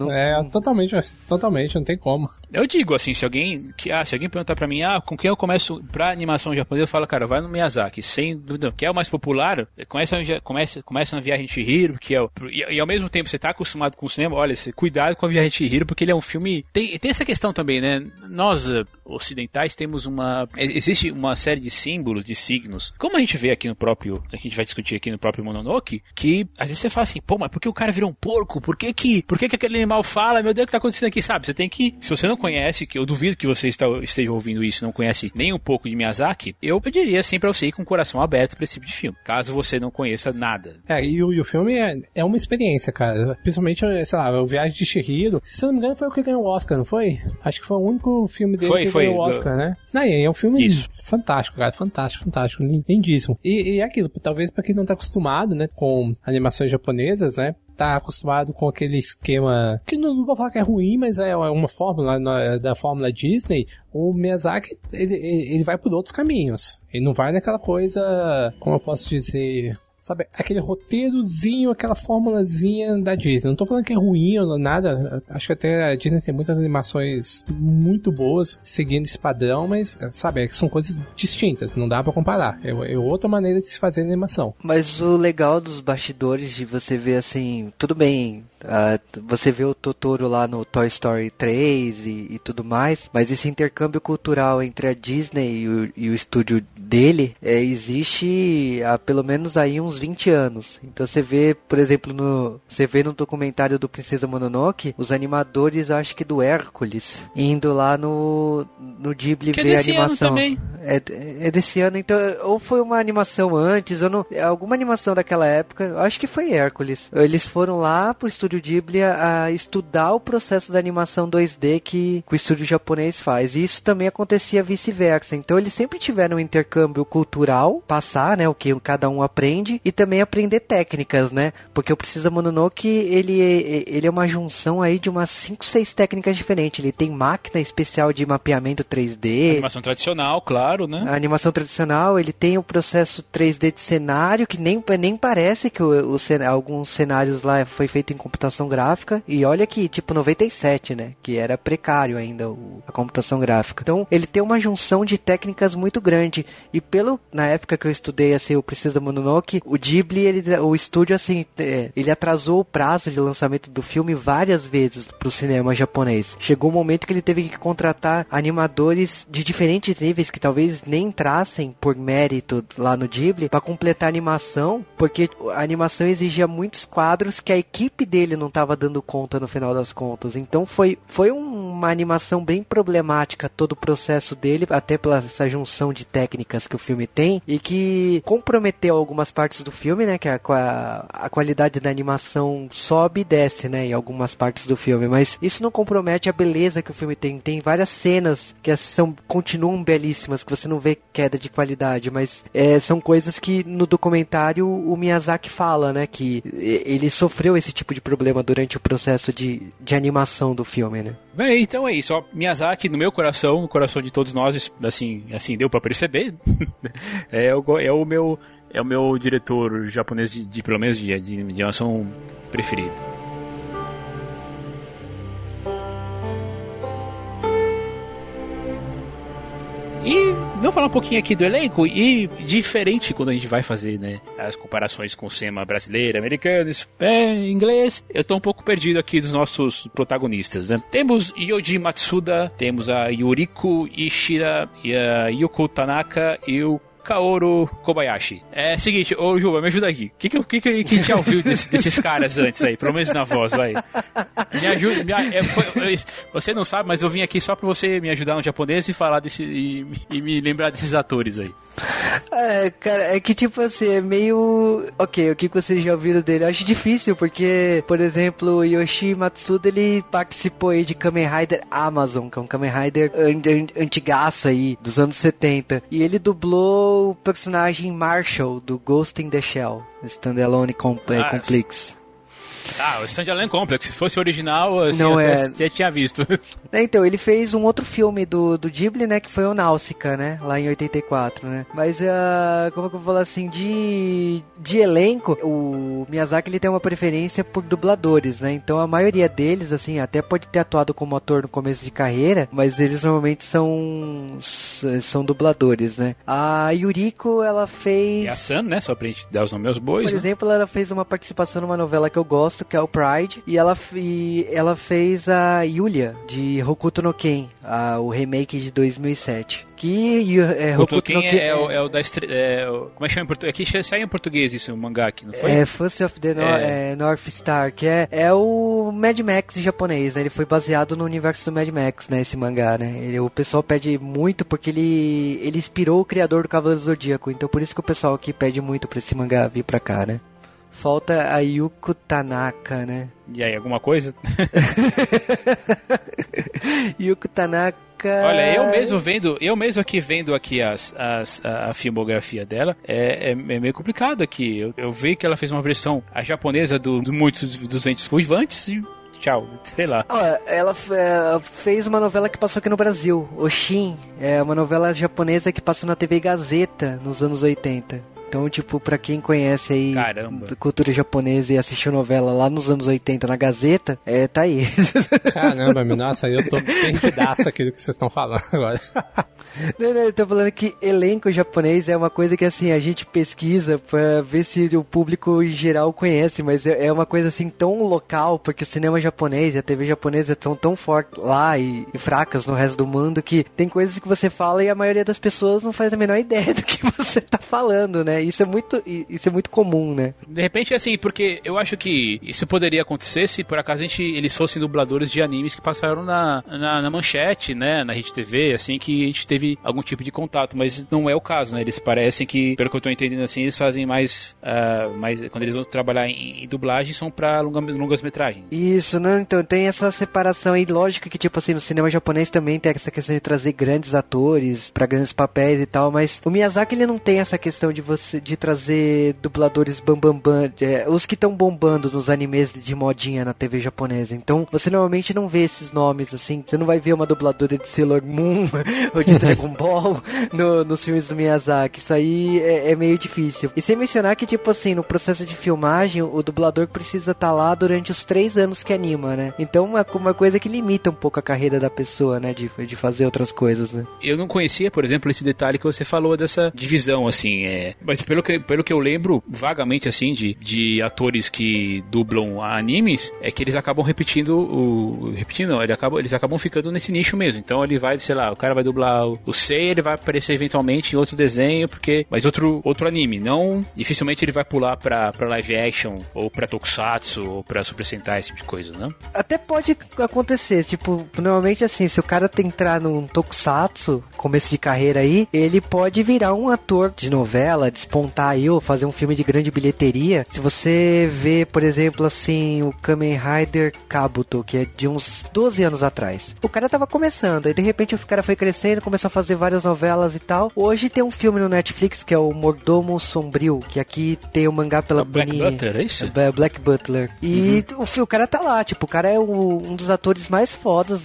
Totalmente, não tem como. Eu digo assim, se alguém perguntar pra mim, com quem eu começo pra animação japonesa, eu falo, cara, vai no Miyazaki, sem dúvida. Que é o mais popular, começa na Viagem de Chihiro, e ao mesmo tempo você tá acostumado com o cinema, olha, cuidado com a Viagem de Chihiro, porque ele é um filme, tem essa questão também, né? Nós, ocidentais, temos existe uma série de símbolos, de signos, como a gente vê aqui no próprio, a gente vai discutir aqui no próprio Mononoke, que às vezes você fala assim, pô, mas por que o cara virou um porco? Por que aquele animal fala? Meu Deus, o que tá acontecendo aqui, sabe? Você tem que, se você não conhece, que eu duvido que você esteja ouvindo isso, não conhece nem um pouco de Miyazaki, eu diria assim pra você ir com o coração aberto pra esse tipo de filme, caso você não conheça nada. E o filme é uma experiência, cara, principalmente, sei lá, o Viagem de Chihiro, se eu não me engano foi o que ganhou o Oscar, não foi? Acho que foi o único filme dele que ganhou o Oscar, né? É um filme fantástico, cara, fantástico, lindíssimo. E é aquilo, talvez pra quem não tá acostumado, né, com animações japonesas, né, tá acostumado com aquele esquema que não vou falar que é ruim, mas é uma fórmula da fórmula Disney. O Miyazaki, ele vai por outros caminhos. Ele não vai naquela coisa, como eu posso dizer, sabe, aquele roteirozinho, aquela formulazinha da Disney. Não tô falando que é ruim ou nada, acho que até a Disney tem muitas animações muito boas seguindo esse padrão, mas, sabe, são coisas distintas, não dá pra comparar. É outra maneira de se fazer animação. Mas o legal dos bastidores de você ver assim, tudo bem, você vê o Totoro lá no Toy Story 3 e tudo mais, mas esse intercâmbio cultural entre a Disney e o estúdio dele existe há pelo menos aí uns 20 anos. Então você vê, por exemplo, no documentário do Princesa Mononoke, os animadores, acho que do Hércules, indo lá no Ghibli que ver a animação. Também. É desse ano, então, ou foi uma animação antes, alguma animação daquela época, acho que foi Hércules. Eles foram lá pro estúdio Ghibli a estudar o processo da animação 2D que o estúdio japonês faz. E isso também acontecia vice-versa. Então eles sempre tiveram um intercâmbio cultural, passar, né, o que cada um aprende, e também aprender técnicas, né? Porque o Princesa Mononoke, ele é uma junção aí de umas 5, 6 técnicas diferentes. Ele tem máquina especial de mapeamento 3D. Animação tradicional, claro, né? A animação tradicional, ele tem o processo 3D de cenário, que nem parece que alguns cenários lá foi feito em computação gráfica. E olha que, tipo, 97, né? Que era precário ainda a computação gráfica. Então, ele tem uma junção de técnicas muito grande. E na época que eu estudei, assim, o Princesa Mononoke, o Ghibli, o estúdio, assim, ele atrasou o prazo de lançamento do filme várias vezes pro cinema japonês. Chegou um momento que ele teve que contratar animadores de diferentes níveis, que talvez nem entrassem por mérito lá no Ghibli, para completar a animação, porque a animação exigia muitos quadros que a equipe dele não estava dando conta no final das contas. Então foi um uma animação bem problemática, todo o processo dele, até pela essa junção de técnicas que o filme tem, e que comprometeu algumas partes do filme, né, que a qualidade da animação sobe e desce, né, em algumas partes do filme, mas isso não compromete a beleza que o filme tem. Tem várias cenas que continuam belíssimas, que você não vê queda de qualidade, mas são coisas que no documentário o Miyazaki fala, né, que ele sofreu esse tipo de problema durante o processo de animação do filme, né. Bem, então é isso, ó, Miyazaki no meu coração, no coração de todos nós, assim deu pra perceber, é o meu diretor japonês de pelo menos de animação preferido. E vamos falar um pouquinho aqui do elenco, e diferente quando a gente vai fazer, né, as comparações com o cinema brasileiro, americano, inglês, eu tô um pouco perdido aqui dos nossos protagonistas, né. Temos Yoji Matsuda, temos a Yuriko Ishida, e a Yuko Tanaka e o Kaoru Kobayashi. É seguinte, ô Juba, me ajuda aqui. O que já ouviu desses caras antes aí? Pelo menos na voz, vai. Me ajuda. Você não sabe, mas eu vim aqui só pra você me ajudar no japonês e falar e me lembrar desses atores aí. Cara, é que tipo assim, é meio... Ok, o que vocês já ouviram dele? Eu acho difícil, porque, por exemplo, o Yoshi Matsuda, ele participou aí de Kamen Rider Amazon, que é um Kamen Rider antigaço aí, dos anos 70. E ele dublou o personagem Marshall, do Ghost in the Shell, Standalone Complex. Ah, o Standalone Complex, se fosse original, assim, não já tinha visto. Então, ele fez um outro filme do Ghibli, né, que foi o Náusica, né, lá em 84, né. Mas, como que eu vou falar assim, de elenco, o Miyazaki, ele tem uma preferência por dubladores, né, então a maioria deles, assim, até pode ter atuado como ator no começo de carreira, mas eles normalmente são dubladores, né. A Yuriko, ela fez... E a San, né, só pra gente dar os nomes aos bois, por exemplo, ela fez uma participação numa novela que eu gosto, que é o Pride, e ela fez a Yulia, de Hokuto no Ken, o remake de 2007. Que Hokuto no Ken é o da como é que chama em português? Aqui saiu em português isso, o mangá aqui, não foi? First of the North Star, que é o Mad Max japonês, né? Ele foi baseado no universo do Mad Max, né? Esse mangá, né? O pessoal pede muito porque ele inspirou o criador do Cavaleiro do Zodíaco, então por isso que o pessoal aqui pede muito pra esse mangá vir pra cá, né? Falta a Yuko Tanaka, né? E aí, alguma coisa? Yuko Tanaka... Olha, eu mesmo aqui vendo aqui a filmografia dela, é meio complicado aqui. Eu vi que ela fez uma versão, a japonesa do muitos dos ventos fuivantes e... Tchau, sei lá. Ela fez uma novela que passou aqui no Brasil, Oshin. É uma novela japonesa que passou na TV Gazeta nos anos 80. Então, tipo, pra quem conhece aí cultura japonesa e assistiu novela lá nos anos 80 na Gazeta, tá aí. Caramba, nossa, eu tô perdidaço aqui do que vocês estão falando agora. Não, eu tô falando que elenco japonês é uma coisa que, assim, a gente pesquisa pra ver se o público em geral conhece, mas é uma coisa, assim, tão local, porque o cinema japonês e a TV japonesa são tão fortes lá e fracas no resto do mundo que tem coisas que você fala e a maioria das pessoas não faz a menor ideia do que você tá falando, né? Isso é muito comum, né? De repente, assim, porque eu acho que isso poderia acontecer se por acaso eles fossem dubladores de animes que passaram na manchete, né? Na Rede TV, assim, que a gente teve algum tipo de contato, mas não é o caso, né? Eles parecem que, pelo que eu tô entendendo, assim, eles fazem mais quando eles vão trabalhar em dublagem, são pra longas metragens. Isso, né? Então tem essa separação aí, lógica que, tipo assim, no cinema japonês também tem essa questão de trazer grandes atores pra grandes papéis e tal, mas o Miyazaki, ele não tem essa questão de trazer dubladores bambambam, os que estão bombando nos animes de modinha na TV japonesa. Então, você normalmente não vê esses nomes, assim, você não vai ver uma dubladora de Sailor Moon ou de Dragon Ball nos filmes do Miyazaki. Isso aí é meio difícil. E sem mencionar que, tipo assim, no processo de filmagem, o dublador precisa estar lá durante os 3 anos que anima, né? Então, é uma coisa que limita um pouco a carreira da pessoa, né? De fazer outras coisas, né? Eu não conhecia, por exemplo, esse detalhe que você falou dessa divisão, assim, mas mas pelo que eu lembro, vagamente assim, de atores que dublam animes, é que eles acabam eles acabam ficando nesse nicho mesmo. Então ele vai, sei lá, o cara vai dublar o Sei, ele vai aparecer eventualmente em outro desenho, mas outro anime. Não, dificilmente ele vai pular pra live action, ou pra Tokusatsu, ou pra Super Sentai, esse tipo de coisa, né? Até pode acontecer, tipo, normalmente assim, se o cara entrar num Tokusatsu, começo de carreira aí, ele pode virar um ator de novela, despontar aí, ou fazer um filme de grande bilheteria. Se você vê, por exemplo, assim, o Kamen Rider Kabuto, que é de uns 12 anos atrás. O cara tava começando, aí de repente o cara foi crescendo, começou a fazer várias novelas e tal. Hoje tem um filme no Netflix que é o Mordomo Sombrio, que aqui tem o mangá pela Black Butler, é isso? Black Butler. E o cara tá lá, tipo, o cara é um dos atores mais fodas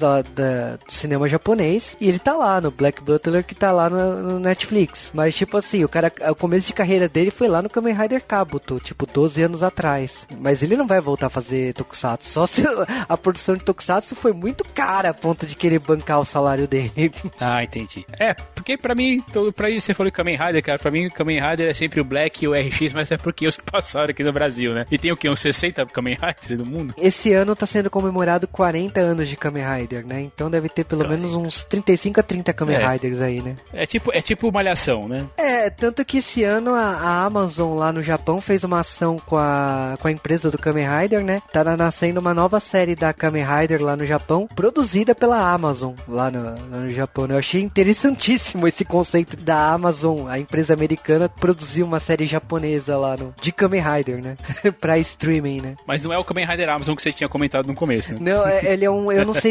do cinema japonês, e ele tá lá no Black Butler, que tá lá no Netflix. Mas, tipo assim, o começo de carreira dele foi lá no Kamen Rider Kabuto, tipo, 12 anos atrás. Mas ele não vai voltar a fazer Tokusatsu, só se a produção de Tokusatsu foi muito cara a ponto de querer bancar o salário dele. Ah, entendi. Porque pra mim, pra isso você falou Kamen Rider, cara, pra mim o Kamen Rider é sempre o Black e o RX, mas é porque os passaram aqui no Brasil, né? E tem o quê? Uns 60 Kamen Rider no mundo? Esse ano tá sendo comemorado 40 anos de Kamen Rider, né? Então deve ter pelo menos uns 35 a 30 Kamen Riders aí, né? É tipo Malhação, né? Tanto que esse ano a Amazon lá no Japão fez uma ação com a empresa do Kamen Rider, né? Tá nascendo uma nova série da Kamen Rider lá no Japão, produzida pela Amazon lá no Japão, né? Eu achei interessantíssimo esse conceito da Amazon, a empresa americana, produzir uma série japonesa lá de Kamen Rider, né? Pra streaming, né? Mas não é o Kamen Rider Amazon que você tinha comentado no começo, né? Não, ele é eu não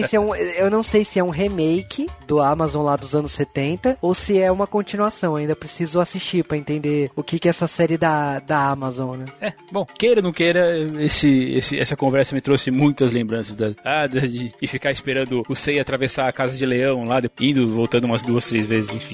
sei se é um remake do Amazon lá dos anos 70 ou se é uma continuação. Ainda preciso assistir pra entender o que é essa série da Amazon, né? Bom, queira ou não queira, essa conversa me trouxe muitas lembranças de ficar esperando o Sei atravessar a Casa de Leão lá, indo, voltando umas 2, 3 vezes, enfim.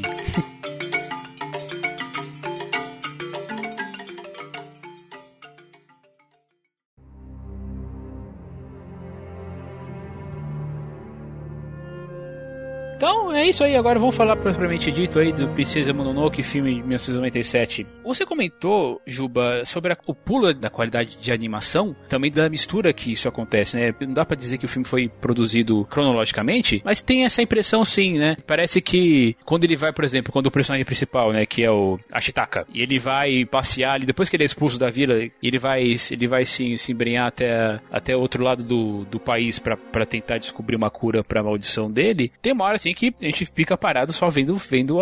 Então, é isso aí. Agora vamos falar propriamente dito aí do Princesa Mononoke, filme de 1997. Você comentou, Juba, sobre o pulo da qualidade de animação, também da mistura que isso acontece, né? Não dá pra dizer que o filme foi produzido cronologicamente, mas tem essa impressão sim, né? Parece que quando ele vai, por exemplo, quando o personagem principal, né, que é o Ashitaka, e ele vai passear ali, depois que ele é expulso da vila, ele vai se embrenhar até outro lado do país pra tentar descobrir uma cura pra maldição dele, tem uma hora assim que a gente fica parado só vendo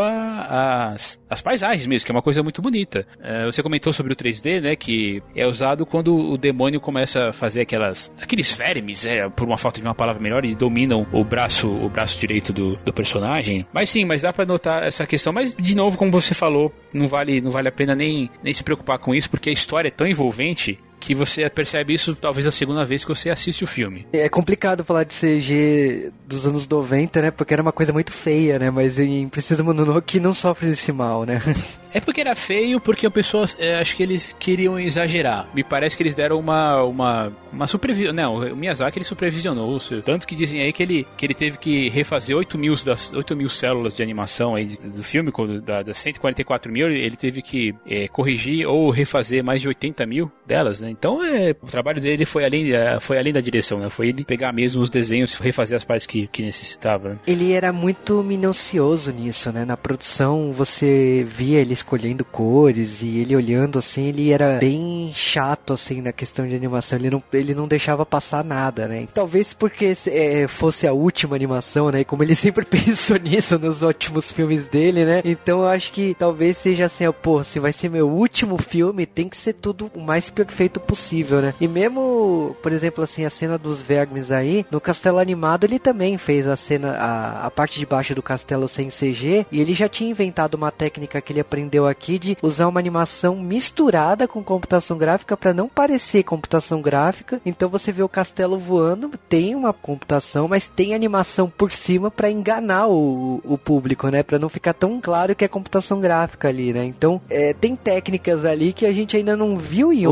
as paisagens mesmo, que é uma coisa muito bonita. Você comentou sobre o 3D, né, que é usado quando o demônio começa a fazer aqueles vermes, por uma falta de uma palavra melhor, e dominam o braço direito do personagem. Mas dá pra notar essa questão, mas de novo, como você falou, não vale a pena nem se preocupar com isso, porque a história é tão envolvente que você percebe isso talvez a segunda vez que você assiste o filme. É complicado falar de CG dos anos 90, né? Porque era uma coisa muito feia, né? Mas em Princesa Mononoke não sofre desse mal, né? É porque era feio, porque as pessoas, acho que eles queriam exagerar. Me parece que eles deram uma supervisão. Não, o Miyazaki ele supervisionou. Tanto que dizem aí que ele teve que refazer 8 mil células de animação aí do filme, das 144 mil, ele teve que corrigir ou refazer mais de 80 mil delas, né? Então o trabalho dele foi além da direção, né? Foi ele pegar mesmo os desenhos, refazer as partes que necessitava, né? Ele era muito minucioso nisso, né? Na produção você via ele escolhendo cores e ele olhando assim, ele era bem chato assim na questão de animação, ele não deixava passar nada, né? Talvez porque fosse a última animação, né? E como ele sempre pensou nisso nos últimos filmes dele, né? Então eu acho que talvez seja assim, se vai ser meu último filme, tem que ser tudo o mais perfeito possível, né? E mesmo, por exemplo, assim, a cena dos vermes aí, no Castelo Animado ele também fez a parte de baixo do castelo sem CG, e ele já tinha inventado uma técnica que ele aprendeu aqui de usar uma animação misturada com computação gráfica para não parecer computação gráfica. Então você vê o castelo voando, tem uma computação, mas tem animação por cima para enganar o público, né? Para não ficar tão claro que é computação gráfica ali, né? Então tem técnicas ali que a gente ainda não viu em outros filmes,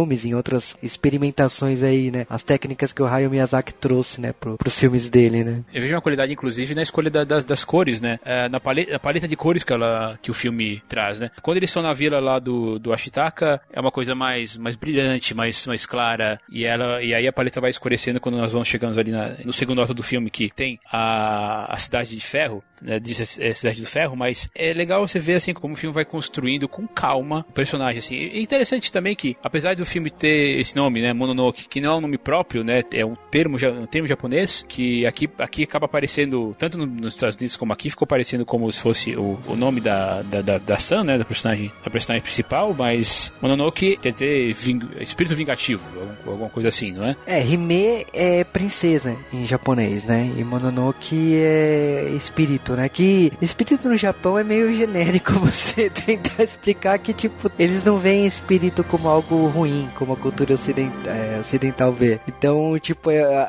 filmes, em outras experimentações aí, né? As técnicas que o Hayao Miyazaki trouxe, né, pros filmes dele, né? Eu vejo uma qualidade, inclusive, na escolha das cores, né? Na paleta de cores que o filme traz, né? Quando eles estão na vila lá do Ashitaka, é uma coisa mais brilhante, mais clara, e aí a paleta vai escurecendo quando nós vamos chegando ali no segundo ato do filme, que tem a Cidade de Ferro, né? Cidade do Ferro, mas é legal você ver, assim, como o filme vai construindo com calma o personagem, assim. É interessante também que, apesar do filme ter esse nome, né, Mononoke, que não é um nome próprio, né, é um termo japonês, que aqui acaba aparecendo, tanto nos Estados Unidos como aqui, ficou aparecendo como se fosse o nome da Sun, né, da personagem principal, mas Mononoke quer dizer espírito vingativo, alguma coisa assim, não é? Hime é princesa em japonês, né, e Mononoke é espírito, né, que espírito no Japão é meio genérico você tentar explicar que, tipo, eles não veem espírito como algo ruim, como a cultura ocidental vê. Então, tipo,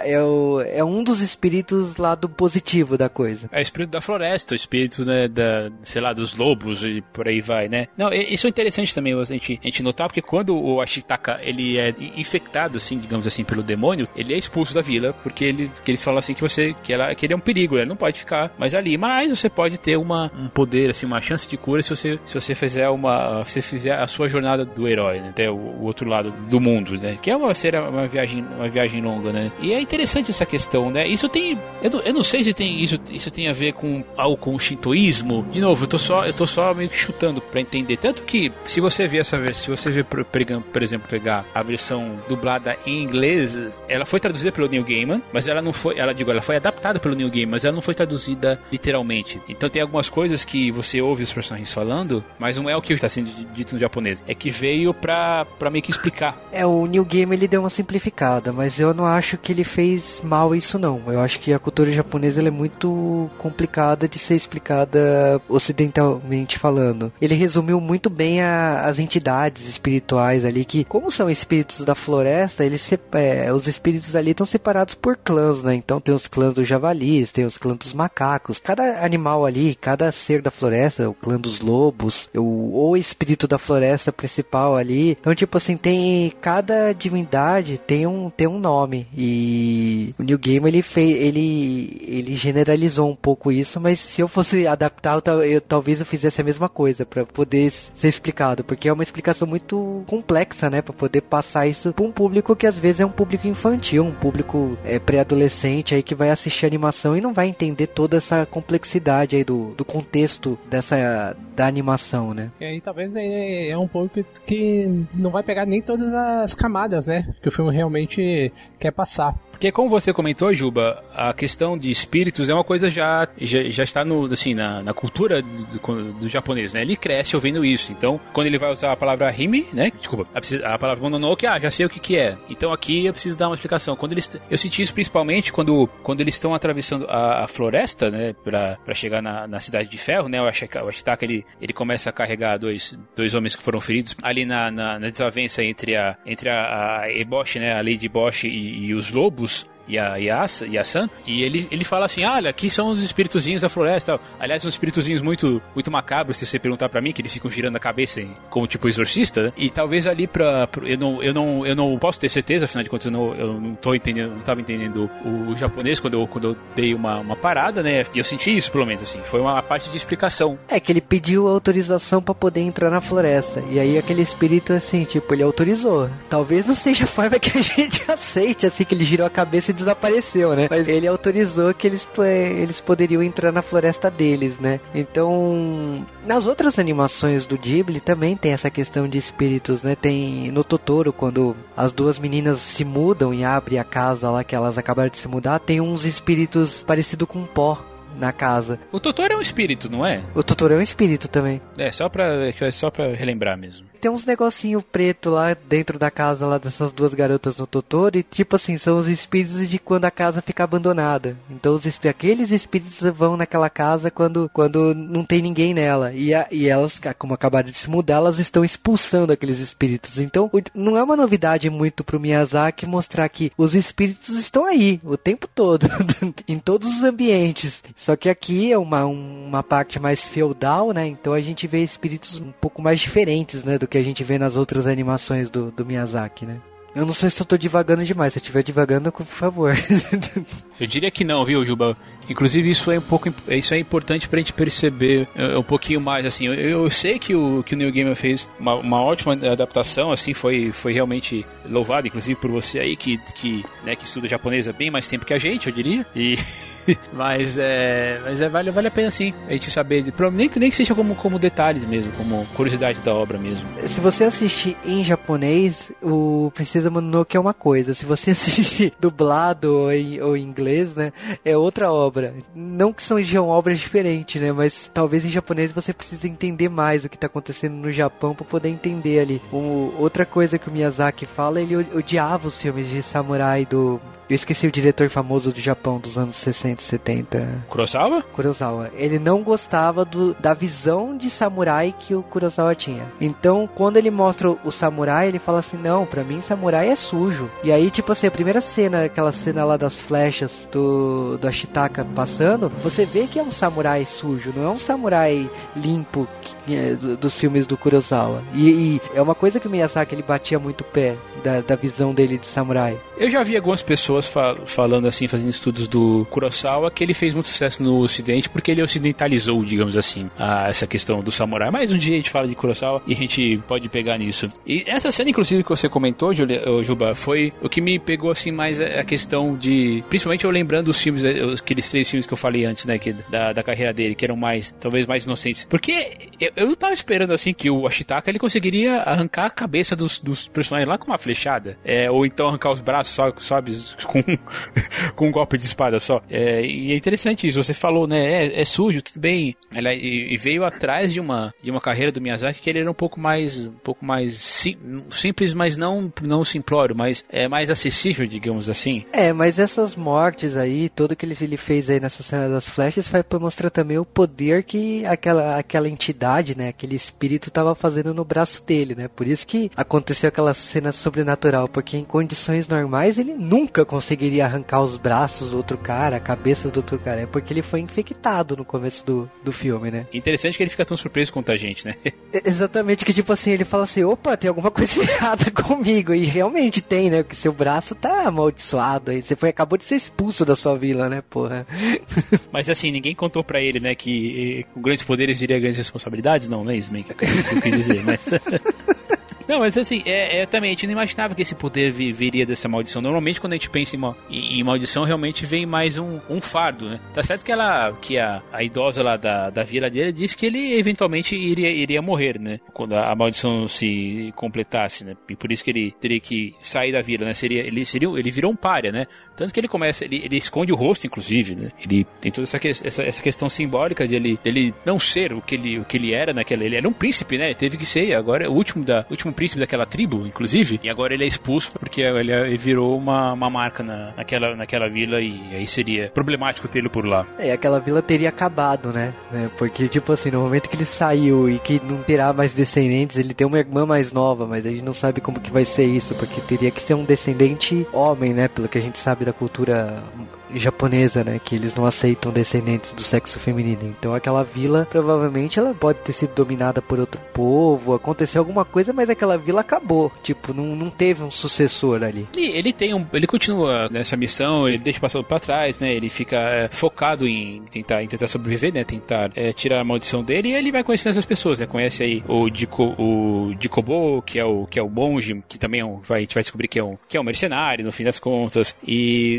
é um dos espíritos lá do positivo da coisa. É o espírito da floresta, o espírito, né, sei lá, dos lobos e por aí vai, né? Não, isso é interessante também a gente notar, porque quando o Ashitaka, ele é infectado, assim, digamos assim, pelo demônio, ele é expulso da vila, porque eles falam assim que ele é um perigo, ele não pode ficar mais ali, mas você pode ter um poder, assim, uma chance de cura se você fizer a sua jornada do herói, né? Até o outro lado do mundo, né? Que é uma viagem longa, né? E é interessante essa questão, né? Isso tem... Eu não sei se isso tem a ver com algo com o shintoísmo. De novo, eu tô só meio que chutando pra entender. Tanto que, se você ver, por exemplo, pegar a versão dublada em inglês, ela foi traduzida pelo Neil Gaiman, mas ela não foi... Ela foi adaptada pelo Neil Gaiman, mas ela não foi traduzida literalmente. Então tem algumas coisas que você ouve os personagens falando, mas não é o que está sendo dito no japonês. É que veio pra meio que explicar. O Neil Gaiman, ele deu uma simplificada, mas eu não acho que ele fez mal isso, não. Eu acho que a cultura japonesa, ela é muito complicada de ser explicada ocidentalmente falando. Ele resumiu muito bem as entidades espirituais ali, que, como são espíritos da floresta, os espíritos ali estão separados por clãs, né? Então tem os clãs dos javalis, tem os clãs dos macacos. Cada animal ali, cada ser da floresta, o clã dos lobos, o espírito da floresta principal ali. Então, tipo assim, cada divindade tem um nome. E o Neil Gaiman, ele generalizou um pouco isso, mas se eu fosse adaptar, talvez eu fizesse a mesma coisa pra poder ser explicado, porque é uma explicação muito complexa, né, pra poder passar isso pra um público que às vezes é um público infantil, um público pré-adolescente aí que vai assistir animação e não vai entender toda essa complexidade aí do contexto da animação, né. E aí talvez é um público que não vai pegar nem todas as camadas, né, que o filme realmente quer passar. Porque, como você comentou, Juba, a questão de espíritos é uma coisa já está na cultura do japonês, né? Ele cresce ouvindo isso. Então, quando ele vai usar a palavra hime, né? Desculpa, a palavra mononoke, já sei o que é. Então, aqui eu preciso dar uma explicação. Eu senti isso principalmente quando eles estão atravessando a floresta, né? Pra chegar na Cidade de Ferro, né? O Ashitaka, ele começa a carregar dois homens que foram feridos ali na desavença entre a Eboshi, né? A Lady Eboshi e os lobos. E a Sun, e ele fala assim, olha, aqui são os espíritozinhos da floresta, aliás, são espíritozinhos muito, muito macabros, se você perguntar pra mim, que eles ficam girando a cabeça como tipo exorcista, né? E talvez ali eu não posso ter certeza, afinal de contas eu não tava entendendo o japonês quando eu dei uma parada, né? E eu senti isso, pelo menos, assim, foi uma parte de explicação. É que ele pediu autorização pra poder entrar na floresta, e aí aquele espírito, assim, tipo, ele autorizou. Talvez não seja a forma que a gente aceite, assim, que ele girou a cabeça e desapareceu, né? Mas ele autorizou que eles poderiam entrar na floresta deles, né? Então, nas outras animações do Ghibli também tem essa questão de espíritos, né? Tem no Totoro, quando as duas meninas se mudam e abrem a casa lá que elas acabaram de se mudar, tem uns espíritos parecidos com pó na casa. O Totoro é um espírito, não é? O Totoro é um espírito também. É só pra relembrar mesmo. Tem uns negocinho preto lá dentro da casa lá dessas duas garotas no Totoro, e tipo assim, são os espíritos de quando a casa fica abandonada. Então aqueles espíritos vão naquela casa quando não tem ninguém nela. E elas, como acabaram de se mudar, elas estão expulsando aqueles espíritos. Então não é uma novidade muito pro Miyazaki mostrar que os espíritos estão aí o tempo todo, em todos os ambientes. Só que aqui é uma parte mais feudal, né? Então a gente vê espíritos um pouco mais diferentes, né? Do que a gente vê nas outras animações do Miyazaki, né? Eu não sei se eu tô divagando demais. Se eu estiver divagando, por favor. Eu diria que não, viu, Juba? Inclusive, isso é importante pra gente perceber um pouquinho mais, assim. Eu sei que o Neil Gaiman fez uma ótima adaptação, assim, foi realmente louvado, inclusive por você aí, que estuda japonês há bem mais tempo que a gente, eu diria. Mas vale a pena, sim, a gente saber, nem que seja como detalhes mesmo, como curiosidade da obra mesmo. Se você assistir em japonês, o Princesa Mononoke é uma coisa. Se você assistir dublado ou em inglês, né, é outra obra. Não que sejam obras diferentes, né, mas talvez em japonês você precise entender mais o que está acontecendo no Japão para poder entender ali. Outra coisa que o Miyazaki fala, ele odiava os filmes de samurai do... Eu esqueci o diretor famoso do Japão dos anos 60 e 70. Kurosawa? Kurosawa. Ele não gostava da visão de samurai que o Kurosawa tinha. Então, quando ele mostra o samurai, ele fala assim, não, pra mim samurai é sujo. E aí, tipo assim, a primeira cena, aquela cena lá das flechas do Ashitaka passando, você vê que é um samurai sujo, não é um samurai limpo dos filmes do Kurosawa. E é uma coisa que o Miyazaki, ele batia muito o pé da visão dele de samurai. Eu já vi algumas pessoas falando assim, fazendo estudos do Kurosawa, que ele fez muito sucesso no ocidente porque ele ocidentalizou, digamos assim, essa questão do samurai. Mas um dia a gente fala de Kurosawa e a gente pode pegar nisso. E essa cena, inclusive, que você comentou, Juba, foi o que me pegou assim mais a questão de... Principalmente eu lembrando os filmes, aqueles 3 filmes que eu falei antes, né, da carreira dele, que eram talvez mais inocentes. Porque eu tava esperando assim que o Ashitaka, ele conseguiria arrancar a cabeça dos personagens lá com uma flechada. Ou então arrancar os braços, sabe, com um golpe de espada só. E é interessante isso, você falou, né, é sujo, tudo bem. E veio atrás de uma carreira do Miyazaki que ele era um pouco mais simples, mas não simplório, mas mais acessível, digamos assim. Mas essas mortes aí, tudo que ele fez aí nessa cena das flechas, foi pra mostrar também o poder que aquela entidade, né, aquele espírito tava fazendo no braço dele, né, por isso que aconteceu aquela cena sobrenatural, porque em condições normais ele nunca conseguiria arrancar os braços do outro cara, a cabeça do outro cara. É porque ele foi infectado no começo do filme, né? Interessante que ele fica tão surpreso quanto a gente, né? Exatamente, que tipo assim, ele fala assim, opa, tem alguma coisa errada comigo. E realmente tem, né? Porque seu braço tá amaldiçoado aí. Você acabou de ser expulso da sua vila, né, porra? Mas assim, ninguém contou pra ele, né, que com grandes poderes viria grandes responsabilidades? Não, é isso meio que eu quis dizer, mas... Não, mas assim, também, a gente não imaginava que esse poder viria dessa maldição. Normalmente, quando a gente pensa em maldição, realmente vem mais um fardo, né? Tá certo que a idosa lá da vila dele disse que ele eventualmente iria morrer, né? Quando a maldição se completasse, né? E por isso que ele teria que sair da vila, né? Ele virou um pária, né? Tanto que ele começa, ele esconde o rosto, inclusive, né? Ele tem toda essa questão simbólica de ele não ser o que ele era naquela... Ele era um príncipe, né? Ele teve que ser, agora é o último príncipe daquela tribo, inclusive, e agora ele é expulso porque ele virou uma marca naquela vila e aí seria problemático tê-lo por lá. Aquela vila teria acabado, né? Porque, tipo assim, no momento que ele saiu e que não terá mais descendentes, ele tem uma irmã mais nova, mas a gente não sabe como que vai ser isso, porque teria que ser um descendente homem, né? Pelo que a gente sabe da cultura japonesa, né, que eles não aceitam descendentes do sexo feminino. Então aquela vila, provavelmente ela pode ter sido dominada por outro povo, aconteceu alguma coisa, mas aquela vila acabou, tipo, não teve um sucessor ali. E ele continua nessa missão, ele deixa o passado pra trás, né, ele fica focado em tentar sobreviver, né, tentar tirar a maldição dele, e ele vai conhecendo essas pessoas, né, conhece aí o Dikobo, que é o monge, que também a gente vai descobrir que é um mercenário, no fim das contas, e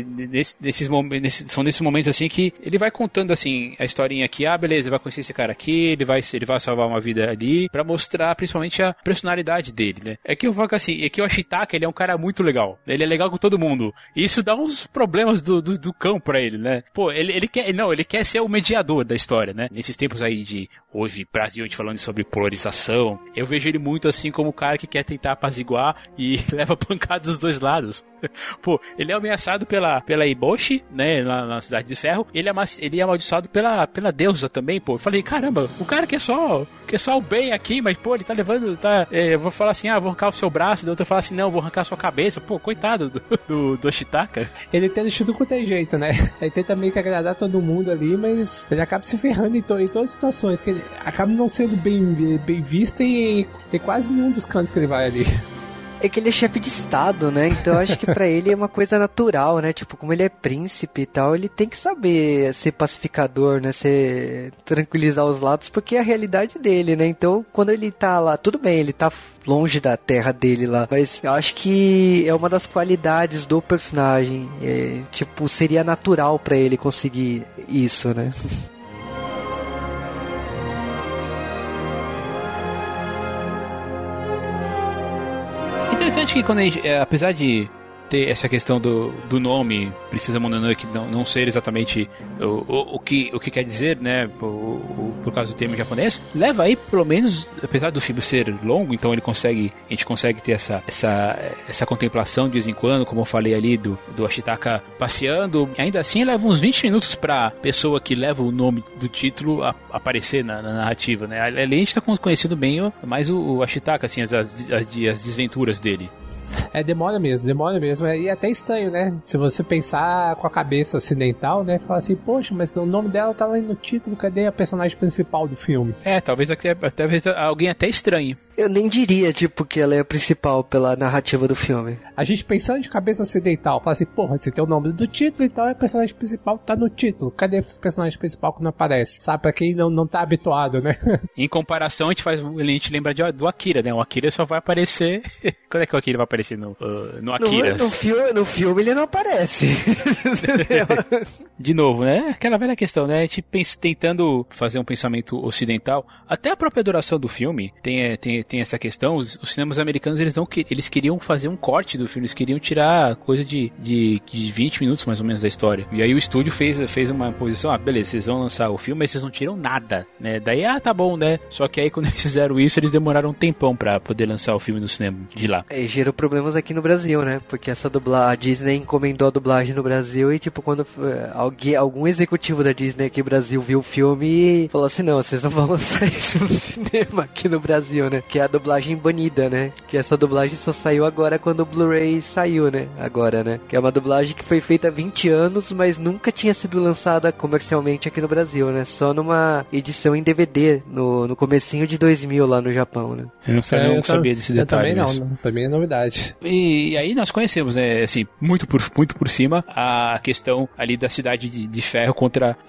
são nesses momentos assim que ele vai contando assim a historinha aqui, beleza, vai conhecer esse cara aqui, ele vai salvar uma vida ali, pra mostrar principalmente a personalidade dele, né? É que eu falo assim, é que o Ashitaka, ele é um cara muito legal, ele é legal com todo mundo, e isso dá uns problemas do cão pra ele, né? Pô, ele quer ser o mediador da história, né? Nesses tempos aí de hoje, Brasil, a gente falando sobre polarização, eu vejo ele muito assim como o cara que quer tentar apaziguar e leva pancada dos dois lados. Pô, ele é ameaçado pela Eboshi, né, lá na Cidade de Ferro, ele é amaldiçoado pela deusa também, pô. Eu falei, caramba, o cara quer só o bem aqui, mas, pô, ele tá levando, eu vou falar assim, vou arrancar o seu braço, daí outro fala assim, não, vou arrancar a sua cabeça, pô, coitado do Ashitaka. Ele tenta de tudo quanto é jeito, né? Ele tenta meio que agradar todo mundo ali, mas ele acaba se ferrando em todas as situações, que ele acaba não sendo bem visto em quase nenhum dos cantos que ele vai ali. É que ele é chefe de estado, né? Então eu acho que pra ele é uma coisa natural, né? Tipo, como ele é príncipe e tal, ele tem que saber ser pacificador, né? Tranquilizar os lados, porque é a realidade dele, né? Então, quando ele tá lá, tudo bem, ele tá longe da terra dele lá, mas eu acho que é uma das qualidades do personagem. Tipo, seria natural pra ele conseguir isso, né? Interessante que quando a gente, apesar de ter essa questão do nome Princesa Mononoke não ser exatamente o que quer dizer, né, por causa do termo japonês, leva aí pelo menos, apesar do filme ser longo, então a gente consegue ter essa contemplação de vez em quando, como eu falei ali do Ashitaka passeando, ainda assim leva uns 20 minutos pra pessoa que leva o nome do título aparecer na narrativa, né? Ali a gente tá conhecendo bem mais o Ashitaka, assim, as desventuras dele. Demora mesmo. E é até estranho, né? Se você pensar com a cabeça ocidental, né? Falar assim, poxa, mas o nome dela tá lá no título, cadê a personagem principal do filme? Talvez alguém até estranhe. Eu nem diria, tipo, que ela é a principal pela narrativa do filme. A gente pensando de cabeça ocidental, fala assim, porra, você tem o nome do título, então a personagem principal tá no título. Cadê o personagem principal que não aparece? Sabe, pra quem não tá habituado, né? Em comparação, a gente lembra do Akira, né? O Akira só vai aparecer... Quando é que o Akira vai aparecer no Akira? No filme ele não aparece. De novo, né? Aquela velha questão, né? A gente tentando fazer um pensamento ocidental. Até a própria duração do filme tem essa questão. Os cinemas americanos, eles queriam fazer um corte do filme. Eles queriam tirar coisa de 20 minutos, mais ou menos, da história. E aí o estúdio fez uma posição, beleza, vocês vão lançar o filme, mas vocês não tiram nada, né? Daí, tá bom, né? Só que aí, quando eles fizeram isso, eles demoraram um tempão pra poder lançar o filme no cinema de lá. Gerou problemas aqui no Brasil, né? Porque a Disney encomendou a dublagem no Brasil e, tipo, quando algum executivo da Disney aqui no Brasil viu o filme e falou assim, não, vocês não vão lançar isso no cinema aqui no Brasil, né? Que é a dublagem banida, né? Que essa dublagem só saiu agora quando o Blu-ray saiu, né? Agora, né? Que é uma dublagem que foi feita há 20 anos, mas nunca tinha sido lançada comercialmente aqui no Brasil, né? Só numa edição em DVD no comecinho de 2000 lá no Japão, né? Eu não sabia desse detalhe. Eu também não. Pra mim é novidade. E aí nós conhecemos, né? Assim, muito por cima, a questão ali da Cidade de Ferro contra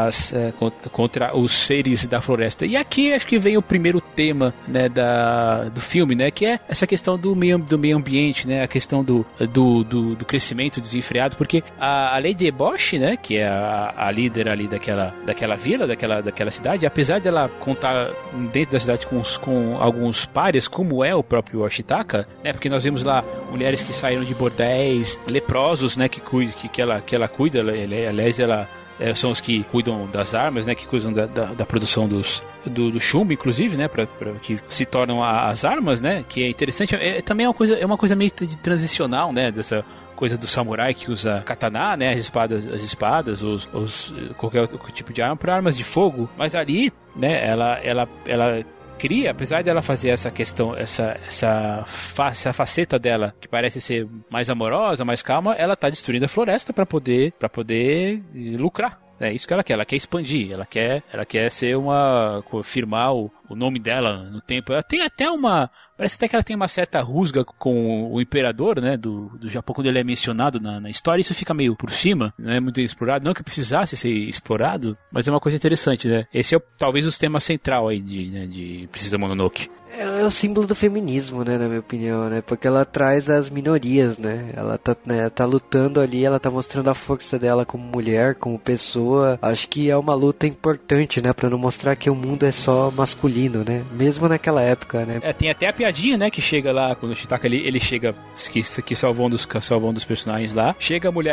os seres da floresta. E aqui acho que vem o primeiro tema, né, do filme, né, que é essa questão do meio ambiente, né, a questão do crescimento desenfreado, porque a Lady Eboshi, né, que é a líder ali daquela vila, daquela cidade, apesar dela contar dentro da cidade com alguns pares, como é o próprio Ashitaka, né, porque nós vemos lá mulheres que saíram de bordéis, leprosos, né, que ela cuida, aliás, são os que cuidam das armas, né, que cuidam da produção do chumbo, inclusive, né, para que se tornam as armas, né, que é interessante. Também é uma coisa meio de transicional, né, dessa coisa do samurai que usa katana, né, as espadas, qualquer tipo de arma para armas de fogo. Mas ali, né, ela cria, apesar dela fazer essa questão, essa faceta dela, que parece ser mais amorosa, mais calma, ela tá destruindo a floresta para poder lucrar. É isso que ela quer expandir, ela quer ser firmar o nome dela no tempo. Ela tem até parece até que ela tem uma certa rusga com o imperador, né, do Japão, quando ele é mencionado na história. Isso fica meio por cima, não é muito explorado, não que precisasse ser explorado, mas é uma coisa interessante, né. Esse é talvez o tema central aí de Princesa Mononoke. É o símbolo do feminismo, né, na minha opinião, né, porque ela traz as minorias, né, ela tá lutando ali, ela tá mostrando a força dela como mulher, como pessoa. Acho que é uma luta importante, né, pra não mostrar que o mundo é só masculino, né, mesmo naquela época, né. Tem até a piadinha, né, que chega lá, quando o Ashitaka ele chega, que salvou um dos personagens lá, chega a mulher,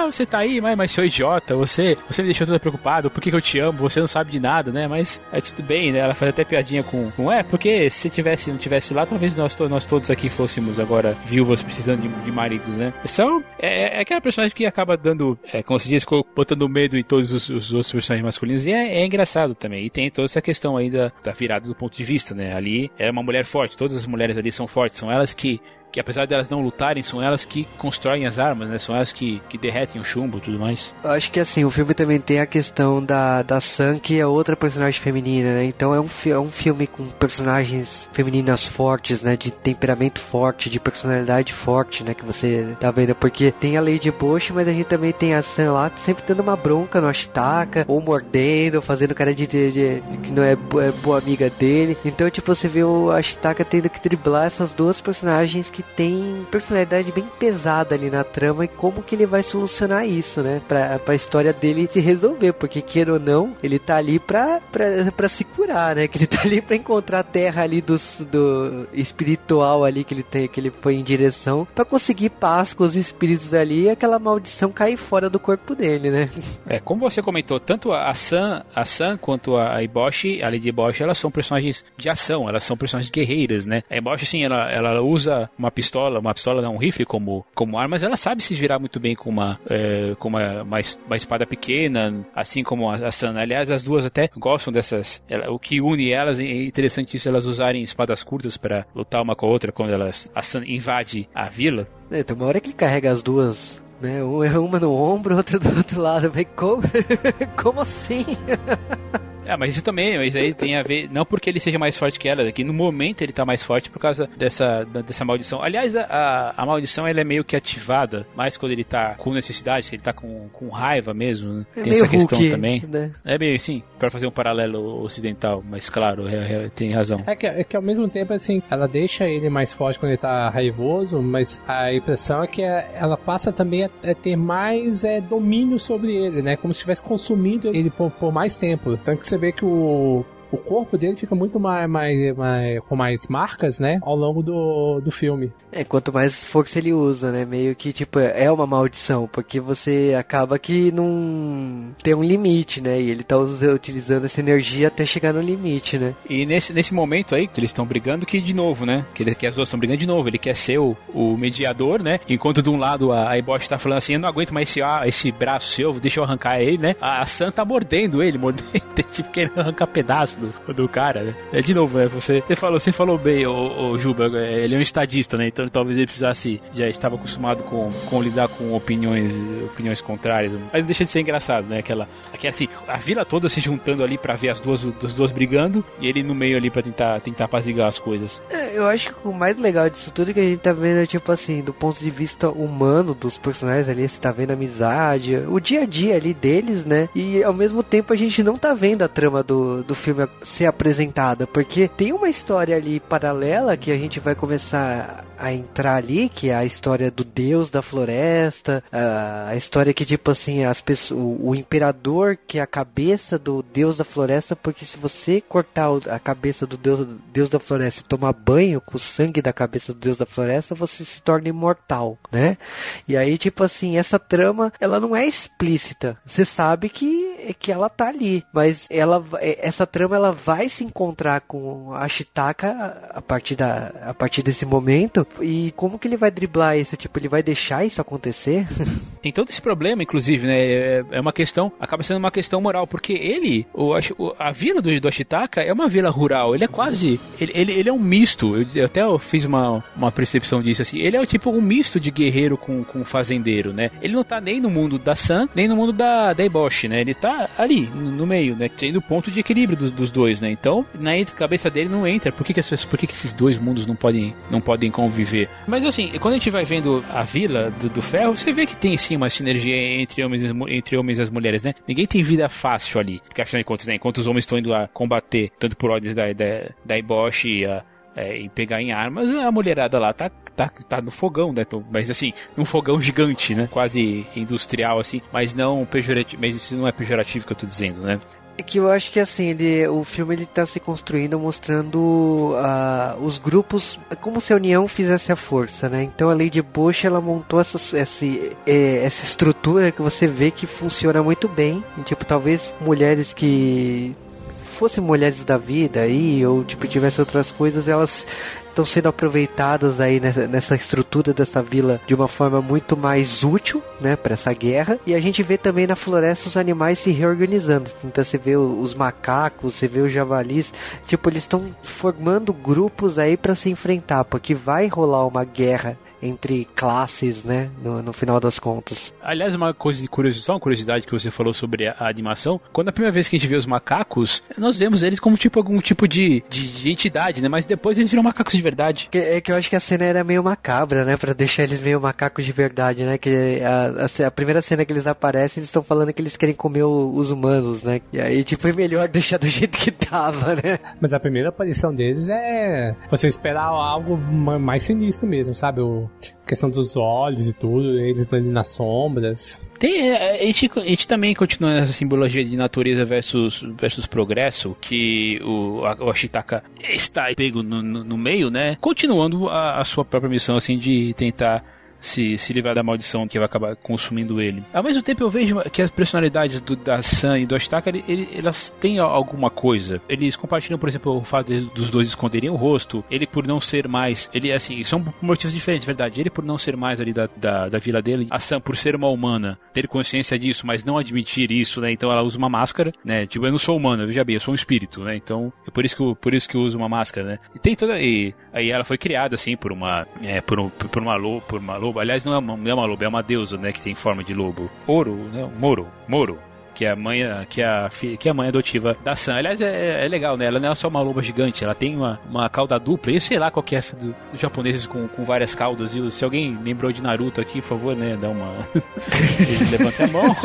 você tá aí, mas seu idiota, você me deixou todo preocupado, por que eu te amo, você não sabe de nada, né? Mas é tudo bem, né? Ela faz até piadinha com porque se não tivesse lá, talvez nós todos aqui fôssemos agora viúvas precisando de maridos, né? Então, é aquela personagem que acaba dando, como se diz, botando medo em todos os outros personagens masculinos, e é engraçado também. E tem toda essa questão aí da virada do ponto de vista, né? Ali é uma mulher forte, todas as mulheres ali são fortes, são elas que apesar de elas não lutarem, são elas que constroem as armas, né? São elas que derretem o chumbo e tudo mais. Eu acho que assim, o filme também tem a questão da Sam, que é outra personagem feminina, né? Então é um filme com personagens femininas fortes, né? De temperamento forte, de personalidade forte, né? Que você tá vendo, porque tem a Lady Bosch, mas a gente também tem a Sam lá, sempre dando uma bronca no Ashitaka, ou mordendo, ou fazendo cara de que não é boa amiga dele. Então, tipo, você vê o Ashitaka tendo que driblar essas duas personagens que tem personalidade bem pesada ali na trama, e como que ele vai solucionar isso, né? Pra história dele se resolver, porque queira ou não, ele tá ali pra se curar, né? Que ele tá ali pra encontrar a terra ali do espiritual ali que ele foi em direção, pra conseguir paz com os espíritos ali e aquela maldição cair fora do corpo dele, né? Como você comentou, tanto a Sam quanto a Eboshi, a Lady Eboshi, elas são personagens de ação, elas são personagens guerreiras, né? A Eboshi, sim, ela usa uma pistola não, um rifle como arma, mas ela sabe se virar muito bem com uma espada pequena, assim como a Sam. Aliás, as duas até gostam dessas. O que une elas, é interessante isso, elas usarem espadas curtas para lutar uma com a outra quando a Sam invade a vila. Tem uma hora que ele carrega as duas, né? Uma no ombro, outra do outro lado. Como assim? Mas isso também, mas aí tem a ver, não porque ele seja mais forte que ela, que no momento ele tá mais forte por causa dessa maldição. Aliás, a maldição ela é meio que ativada, mais quando ele tá com necessidade, ele tá com raiva mesmo, né? Tem essa questão Hulk, também. Né? É meio assim, pra fazer um paralelo ocidental, mas claro, tem razão. É que ao mesmo tempo, assim, ela deixa ele mais forte quando ele tá raivoso, mas a impressão é que ela passa também a ter mais domínio sobre ele, né? Como se estivesse consumindo ele por mais tempo. Tanto que você vê que o corpo dele fica muito com mais marcas, né, ao longo do filme. Quanto mais força ele usa, né, meio que, tipo, é uma maldição, porque você acaba que não tem um limite, né, e ele tá utilizando essa energia até chegar no limite, né. E nesse momento aí, que eles estão brigando, que de novo, né, que as duas estão brigando de novo, ele quer ser o mediador, né, enquanto de um lado a Eboshi tá falando assim, eu não aguento mais esse braço seu, deixa eu arrancar ele, né, a Sam tá mordendo ele, tipo, querendo arrancar pedaço do cara, né? De novo, né? Você falou bem, o Juba, ele é um estadista, né? Então talvez ele precisasse, já estava acostumado com lidar com opiniões contrárias, mas deixa de ser engraçado, né? Aquela assim, a vila toda se juntando ali pra ver as duas brigando, e ele no meio ali pra tentar apaziguar as coisas. Eu acho que o mais legal disso tudo é que a gente tá vendo, tipo assim, do ponto de vista humano dos personagens ali, você tá vendo a amizade, o dia a dia ali deles, né? E ao mesmo tempo a gente não tá vendo a trama do filme ser apresentada, porque tem uma história ali paralela que a gente vai começar a entrar ali, que é a história do deus da floresta, a história que, tipo assim, o imperador, que é a cabeça do deus da floresta, porque se você cortar a cabeça do deus da floresta e tomar banho com o sangue da cabeça do deus da floresta, você se torna imortal, né? E aí, tipo assim, essa trama, ela não é explícita, você sabe que ela tá ali, mas essa trama ela vai se encontrar com a Ashitaka a partir desse momento. E como que ele vai driblar isso? Tipo, ele vai deixar isso acontecer? Tem todo esse problema, inclusive, né? É uma questão, acaba sendo uma questão moral, porque a vila do Ashitaka é uma vila rural, ele é quase, ele é um misto, eu até fiz uma percepção disso, assim, ele é tipo um misto de guerreiro com fazendeiro, né? Ele não tá nem no mundo da Sam, nem no mundo da Eboshi, né? Ele tá ali, no meio, né? Tendo ponto de equilíbrio dos dois, né? Então, na cabeça dele não entra, por que esses dois mundos não podem conviver? Mas assim, quando a gente vai vendo a vila do ferro, você vê que tem sim uma sinergia entre homens e as mulheres, né? Ninguém tem vida fácil ali, porque afinal de contas, né? Enquanto os homens estão indo a combater, tanto por ordens da Eboshi em pegar em armas, a mulherada lá tá no fogão, né? Mas assim, num fogão gigante, né? Quase industrial, assim, mas não pejorativo, mas isso não é pejorativo que eu tô dizendo, né? É que eu acho que assim, o filme ele tá se construindo mostrando os grupos, como se a união fizesse a força, né? Então a Lady Bush, ela montou essa estrutura que você vê que funciona muito bem. E, tipo, talvez mulheres que fossem mulheres da vida aí, ou tipo, tivessem outras coisas, elas estão sendo aproveitadas aí nessa estrutura dessa vila de uma forma muito mais útil, né, para essa guerra. E a gente vê também na floresta os animais se reorganizando. Então você vê os macacos, você vê os javalis, tipo, eles estão formando grupos aí para se enfrentar, porque vai rolar uma guerra entre classes, né, no final das contas. Aliás, uma curiosidade que você falou sobre a animação, quando a primeira vez que a gente vê os macacos, nós vemos eles como algum tipo de entidade, né, mas depois eles viram macacos de verdade. É que eu acho que a cena era meio macabra, né, pra deixar eles meio macacos de verdade, né, que a primeira cena que eles aparecem, eles estão falando que eles querem comer os humanos, né, e aí, tipo, é melhor deixar do jeito que tava, né. Mas a primeira aparição deles é você esperar algo mais sinistro mesmo, sabe, a questão dos olhos e tudo, eles ali nas sombras. A gente também continua nessa simbologia de natureza versus progresso, que o Ashitaka está pego no meio, né? Continuando a sua própria missão, assim, de tentar se livrar da maldição que vai acabar consumindo ele. Ao mesmo tempo eu vejo que as personalidades da Sam e do Ashitaka, elas têm alguma coisa. Eles compartilham, por exemplo, o fato dos dois esconderem o rosto. Ele por não ser mais... Ele, assim, são motivos diferentes, verdade. Ele por não ser mais ali da vila dele. A Sam por ser uma humana, ter consciência disso, mas não admitir isso, né? Então ela usa uma máscara, né? Tipo, eu não sou humana, veja bem, eu sou um espírito, né? Então, é por isso que eu uso uma máscara, né? E tem toda... E aí ela foi criada, assim, por uma loba. Aliás, não é uma loba, é uma deusa, né, que tem forma de lobo. Moro, que é a mãe, que é a mãe adotiva da Sam. Aliás, é legal, né? Ela não é só uma loba gigante, ela tem uma cauda dupla. Eu sei lá qual que é essa dos japoneses com várias caudas. E se alguém lembrou de Naruto aqui, por favor, né, dá uma... Levanta a mão.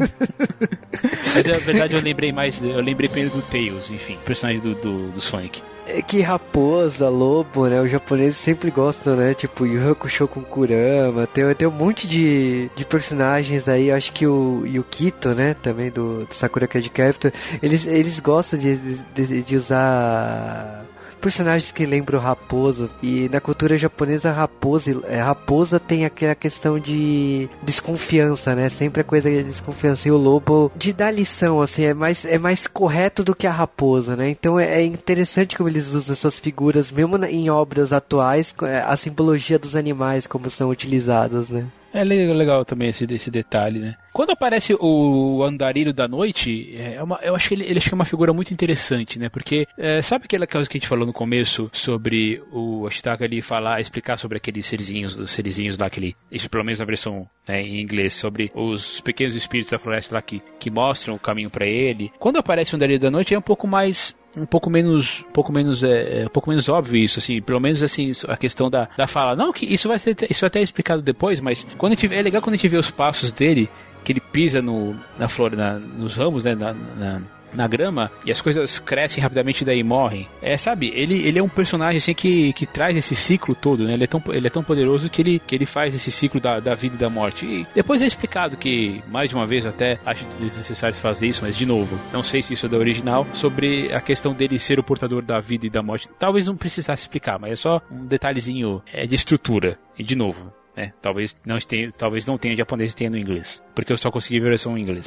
Mas na verdade eu lembrei primeiro do Tails, enfim, personagem do Sonic. É que raposa, lobo, né? Os japoneses sempre gostam, né? Tipo, Yu Hakusho com Kurama. Tem um monte de personagens aí. Acho que o Yukito, né? Também do Sakura Card Captor. Eles gostam de usar personagens que lembram raposa. E na cultura japonesa, raposa tem aquela questão de desconfiança, né? Sempre a coisa de desconfiança. E o lobo de dar lição, assim, é mais correto do que a raposa, né? Então é interessante como eles usam essas figuras, mesmo em obras atuais, a simbologia dos animais, como são utilizadas, né? É legal também esse detalhe, né? Quando aparece o Andarilho da Noite, eu acho que ele é uma figura muito interessante, né? Porque, sabe aquela coisa que a gente falou no começo sobre o Ashitaka ali explicar sobre aqueles serizinhos lá, isso pelo menos na versão, né, em inglês, sobre os pequenos espíritos da floresta lá que mostram o caminho pra ele. Quando aparece o Andarilho da Noite é um pouco menos óbvio isso, assim, pelo menos assim, a questão da fala. Não, que isso vai até explicado depois, mas é legal quando a gente vê os passos dele, que ele pisa na flor, nos ramos, né, na grama, e as coisas crescem rapidamente e daí morrem. Sabe, ele é um personagem assim que traz esse ciclo todo, né? Ele é tão poderoso que ele faz esse ciclo da vida e da morte. E depois é explicado que, mais de uma vez, eu até acho desnecessário fazer isso, mas de novo, não sei se isso é da original, sobre a questão dele ser o portador da vida e da morte. Talvez não precisasse explicar, mas é só um detalhezinho de estrutura. E de novo, né? Talvez não tenha japonês e tenha no inglês, porque eu só consegui ver a versão em inglês.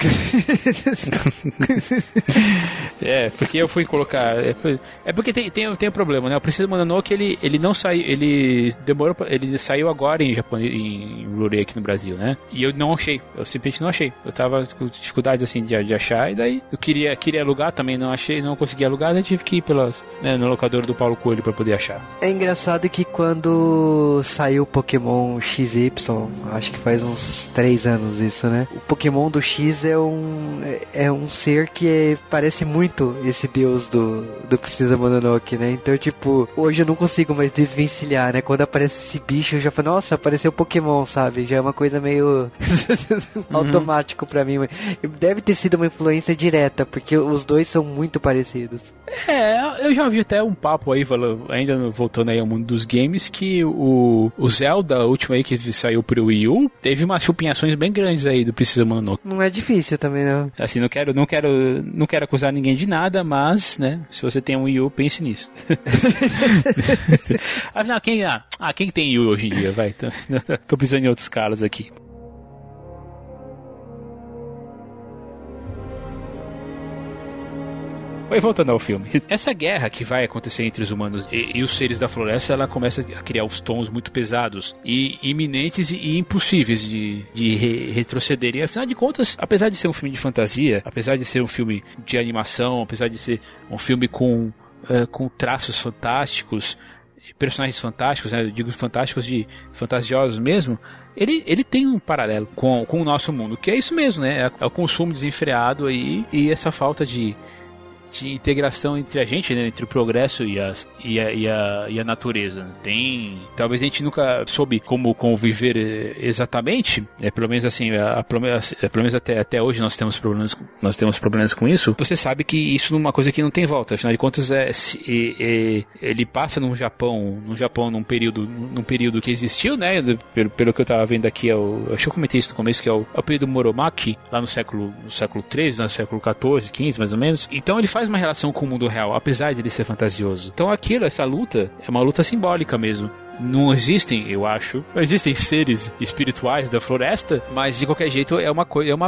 Porque eu fui colocar. Porque tem um problema, né? O Princesa Mononoke ele não saiu, ele saiu agora em japonês, em Blu-ray aqui no Brasil, né? E eu não achei, eu simplesmente não achei. Eu tava com dificuldades assim de achar, e daí eu queria alugar, também não achei, não consegui alugar, daí tive que ir no locador do Paulo Coelho pra poder achar. É engraçado que quando saiu o Pokémon XY, acho que faz uns 3 anos isso, né? O Pokémon do X é um ser que parece muito muito esse deus do Princesa Mononoke, né? Então, tipo, hoje eu não consigo mais desvencilhar, né? Quando aparece esse bicho, eu já falo, nossa, apareceu Pokémon, sabe? Já é uma coisa meio automático pra mim. Deve ter sido uma influência direta, porque os dois são muito parecidos. Eu já ouvi até um papo aí, ainda voltando aí ao mundo dos games, que o Zelda, o último aí que saiu pro Wii U, teve umas chupinhações bem grandes aí do Princesa Mononoke. Não é difícil também, não. Assim, não quero acusar ninguém de nada, mas, né, se você tem um Wii U, pense nisso. Afinal, quem tem Wii U hoje em dia? Vai, tô pensando em outros caras aqui. Vai voltando ao filme. Essa guerra que vai acontecer entre os humanos e os seres da floresta, ela começa a criar os tons muito pesados e iminentes e impossíveis de retroceder. E afinal de contas, apesar de ser um filme de fantasia, apesar de ser um filme de animação, apesar de ser um filme com traços fantásticos, personagens fantásticos, né? Eu digo fantásticos de fantasiosos mesmo, ele tem um paralelo com o nosso mundo, que é isso mesmo, né? É o consumo desenfreado aí e essa falta de integração entre a gente, né, entre o progresso e a natureza. Talvez a gente nunca soube como conviver exatamente, pelo menos assim, pelo menos até hoje nós temos problemas com isso. Você sabe que isso é uma coisa que não tem volta, afinal de contas ele passa num Japão num período que existiu, né, pelo que eu tava vendo aqui, acho que eu comentei isso no começo, que é o período Muromachi, lá no século XIII, no século XIV, XV mais ou menos. Então ele faz uma relação com o mundo real, apesar de ele ser fantasioso. Então essa luta é uma luta simbólica mesmo. Não existem, eu acho, seres espirituais da floresta, mas de qualquer jeito é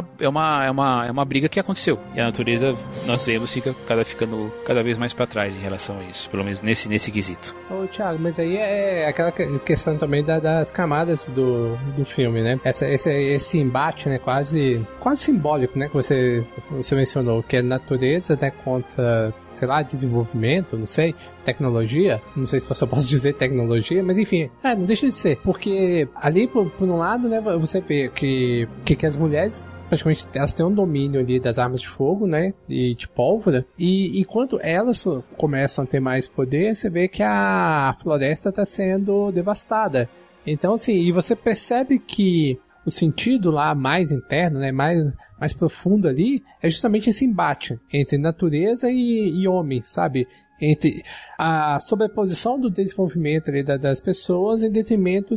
uma briga que aconteceu. E a natureza, nós vemos, ficando cada vez mais para trás em relação a isso, pelo menos nesse quesito. Ô Thiago, mas aí é aquela questão também das camadas do filme, né? Esse embate, né, quase simbólico, né, que você mencionou, que é natureza, né, contra, sei lá, desenvolvimento, não sei, tecnologia, não sei se eu posso dizer tecnologia, mas enfim, não deixa de ser, porque ali, por um lado, né, você vê que as mulheres, praticamente, elas têm um domínio ali das armas de fogo, né, e de pólvora, e enquanto elas começam a ter mais poder, você vê que a floresta está sendo devastada. Então, assim, e você percebe que o sentido lá mais interno, né, mais profundo ali, é justamente esse embate entre natureza e homem, sabe? Entre a sobreposição do desenvolvimento ali das pessoas em detrimento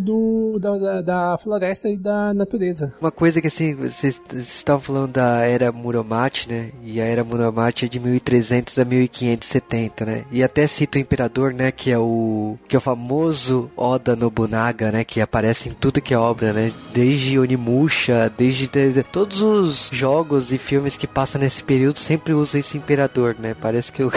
da floresta e da natureza. Uma coisa que, assim, vocês estavam falando da Era Muromachi, né? E a Era Muromachi é de 1300 a 1570, né? E até cita o imperador, né? Que é o famoso Oda Nobunaga, né? Que aparece em tudo que é obra, né? Desde Onimusha, desde todos os jogos e filmes que passam nesse período sempre usa esse imperador, né? Parece que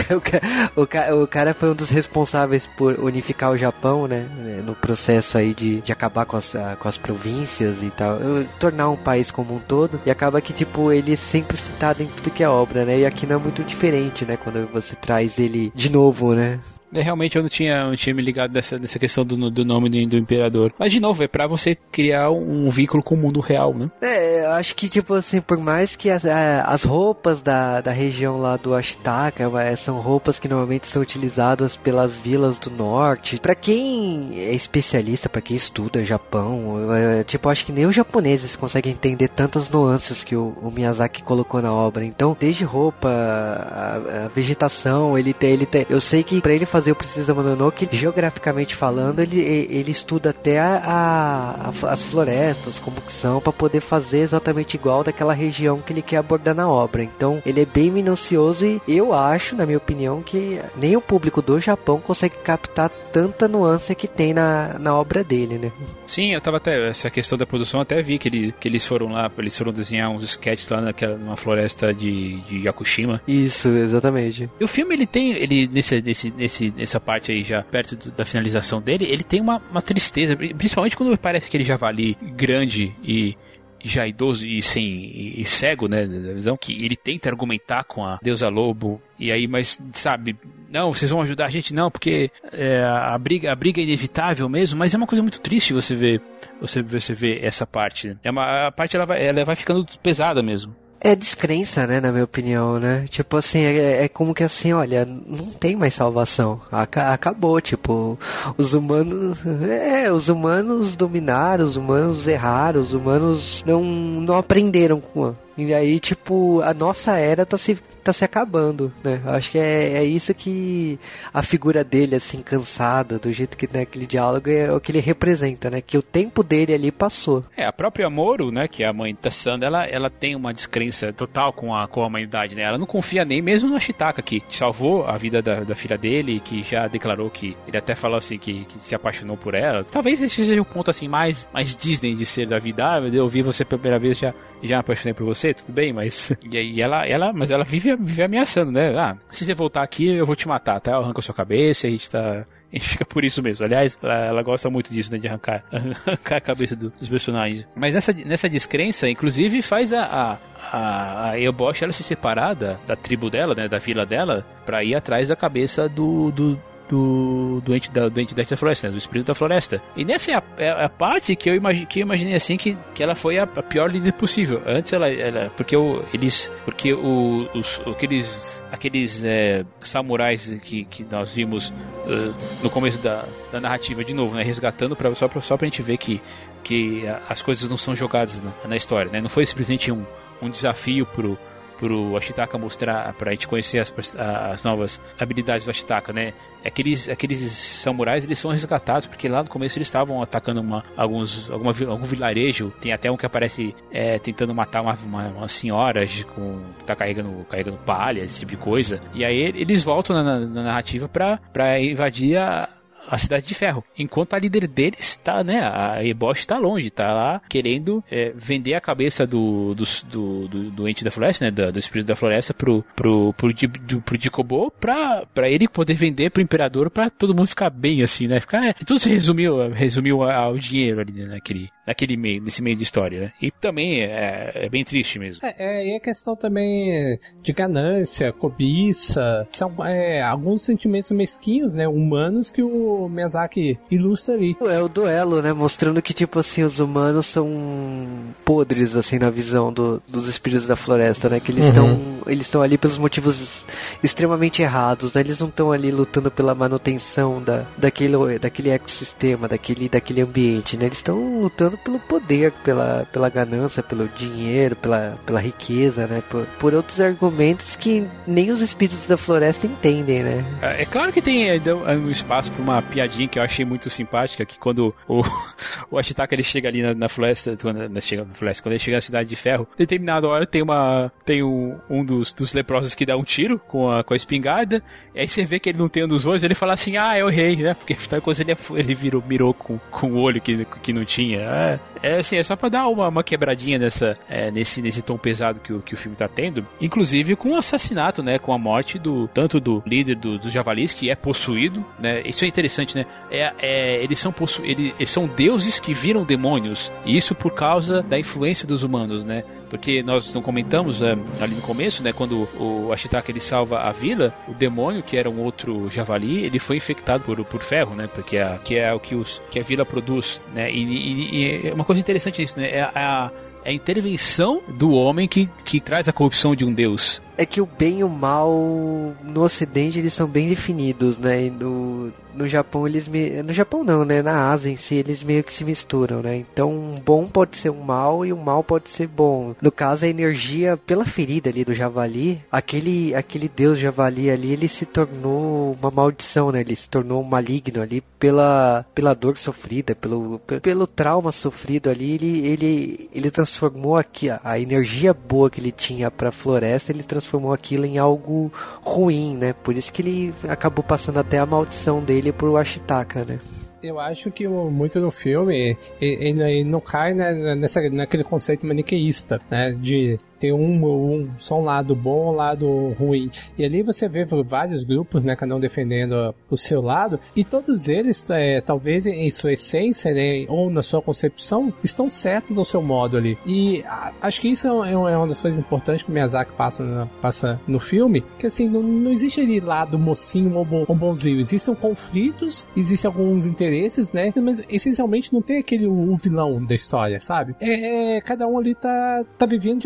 o cara foi um dos responsáveis por unificar o Japão, né? No processo aí de acabar com as províncias e tal. Tornar um país como um todo. E acaba que, tipo, ele é sempre citado em tudo que é obra, né? E aqui não é muito diferente, né? Quando você traz ele de novo, né? Realmente eu não tinha me ligado nessa questão do nome do imperador. Mas, de novo, é pra você criar um vínculo com o mundo real, né? Eu acho que, tipo assim, por mais que as roupas da região lá do Ashitaka são roupas que normalmente são utilizadas pelas vilas do norte. Pra quem é especialista, pra quem estuda Japão, tipo, acho que nem os japoneses conseguem entender tantas nuances que o Miyazaki colocou na obra. Então, desde roupa, a vegetação, ele tem. Eu sei que pra ele fazer o Princesa Mononoke, geograficamente falando, ele estuda até as florestas, como que são, para poder fazer exatamente igual daquela região que ele quer abordar na obra. Então, ele é bem minucioso e eu acho, na minha opinião, que nem o público do Japão consegue captar tanta nuance que tem na obra dele, né? Sim, eu tava até, essa questão da produção, até vi que eles foram desenhar uns sketches lá numa floresta de Yakushima. Isso, exatamente. E o filme, nessa parte aí, já perto da finalização dele, ele tem uma tristeza, principalmente quando parece aquele javali grande e já idoso e cego, né, da visão, que ele tenta argumentar com a deusa lobo, e aí, mas, sabe, não, vocês vão ajudar a gente, não, porque a briga é inevitável mesmo, mas é uma coisa muito triste você ver essa parte. A parte ela vai ficando pesada mesmo. É descrença, né, na minha opinião, né? Tipo assim, é como que assim, olha, não tem mais salvação. Acabou, tipo, os humanos dominaram, os humanos erraram, os humanos não aprenderam com. E aí, tipo, a nossa era tá se acabando, né? Acho que é isso que a figura dele, assim, cansada, do jeito que, né, aquele diálogo é o que ele representa, né? Que o tempo dele ali passou. A própria Moro, né, que é a mãe da Sanda, ela tem uma descrença total com a humanidade, né? Ela não confia nem mesmo no Ashitaka, que salvou a vida da filha dele, que já declarou que, ele até falou assim, que se apaixonou por ela. Talvez esse seja o ponto, assim, mais Disney de ser da vida. Eu vi você pela primeira vez, já me apaixonei por você, tudo bem, mas... E ela vive ameaçando, né? Se você voltar aqui, eu vou te matar, tá? Eu arranco a sua cabeça, a gente fica por isso mesmo. Aliás, ela gosta muito disso, né? De arrancar a cabeça dos personagens. Mas nessa descrença, inclusive, faz a Eobosh, ela se separar da tribo dela, né? Da vila dela, pra ir atrás da cabeça do ente da floresta, né? Do espírito da floresta. E nessa é a parte que eu imaginei assim que ela foi a pior líder possível. Antes aqueles samurais que nós vimos no começo da narrativa, de novo, né? Resgatando só pra gente ver que as coisas não são jogadas na história, né? Não foi simplesmente um desafio pro Ashitaka mostrar, pra gente conhecer as novas habilidades do Ashitaka, né? Aqueles samurais, eles são resgatados, porque lá no começo eles estavam atacando algum vilarejo. Tem até um que aparece tentando matar uma senhora que tá carregando palha, esse tipo de coisa. E aí eles voltam na narrativa pra invadir a Cidade de Ferro, enquanto a líder deles tá, né, a Eobosh tá longe, tá lá querendo vender a cabeça do ente da floresta, né, do espírito da floresta pro Dikobo, pra ele poder vender pro imperador, pra todo mundo ficar bem assim, né, tudo se resumiu ao dinheiro ali, né, nesse meio de história, né, e também é bem triste mesmo. E a questão também de ganância, cobiça, são alguns sentimentos mesquinhos, né, humanos, que o Miyazaki ilustra ali. É o duelo, né? Mostrando que, tipo assim, os humanos são podres, assim, na visão dos espíritos da floresta, né? Que eles estão ali pelos motivos extremamente errados, né? Eles não estão ali lutando pela manutenção daquele ecossistema, daquele ambiente, né? Eles estão lutando pelo poder, pela ganância, pelo dinheiro, pela riqueza, né? Por outros argumentos que nem os espíritos da floresta entendem, né? É claro que tem um espaço para uma piadinha que eu achei muito simpática, que quando o Ashitaka ele chega ali na floresta, quando ele chega na Cidade de Ferro, em determinada hora tem um dos leprosos que dá um tiro com a espingarda, e aí você vê que ele não tem um dos olhos, ele fala assim, eu errei, né, porque tal coisa ele mirou com o olho que não tinha. Assim, é só pra dar uma quebradinha nesse tom pesado que o filme tá tendo, inclusive com o assassinato, né, com a morte tanto do líder dos javalis, que é possuído, né. Isso é interessante, né? Eles são deuses que viram demônios, e isso por causa da influência dos humanos, né? Porque nós não comentamos ali no começo, né? Quando o Ashitaka ele salva a vila, o demônio, que era um outro javali, ele foi infectado por ferro, né? Porque que é o que a vila produz, né? E uma coisa interessante nisso, né? É a intervenção do homem que traz a corrupção de um deus. É que o bem e o mal no Ocidente eles são bem definidos, né? E no Japão no Japão não, né? Na Ásia em si eles meio que se misturam, né? Então um bom pode ser um mal e um mal pode ser bom. No caso a energia pela ferida ali do javali, aquele deus javali ali, ele se tornou uma maldição, né? Ele se tornou um maligno ali pela dor sofrida, pelo trauma sofrido ali, ele transformou aqui a energia boa que ele tinha pra floresta, ele transformou aquilo em algo ruim, né? Por isso que ele acabou passando até a maldição dele pro Ashitaka, né? Eu acho que muito no filme ele não cai naquele conceito maniqueísta, né? De ter só um lado bom, um lado ruim. E ali você vê vários grupos, né? Cada um defendendo o seu lado. E todos eles, talvez em sua essência, né, ou na sua concepção, estão certos ao seu modo ali. E acho que isso é uma das coisas importantes que o Miyazaki passa no filme. Que assim, não existe ali lado mocinho ou bonzinho. Existem conflitos, existem alguns interesses, né? Mas essencialmente não tem o vilão da história, sabe? Cada um ali tá vivendo de acordo com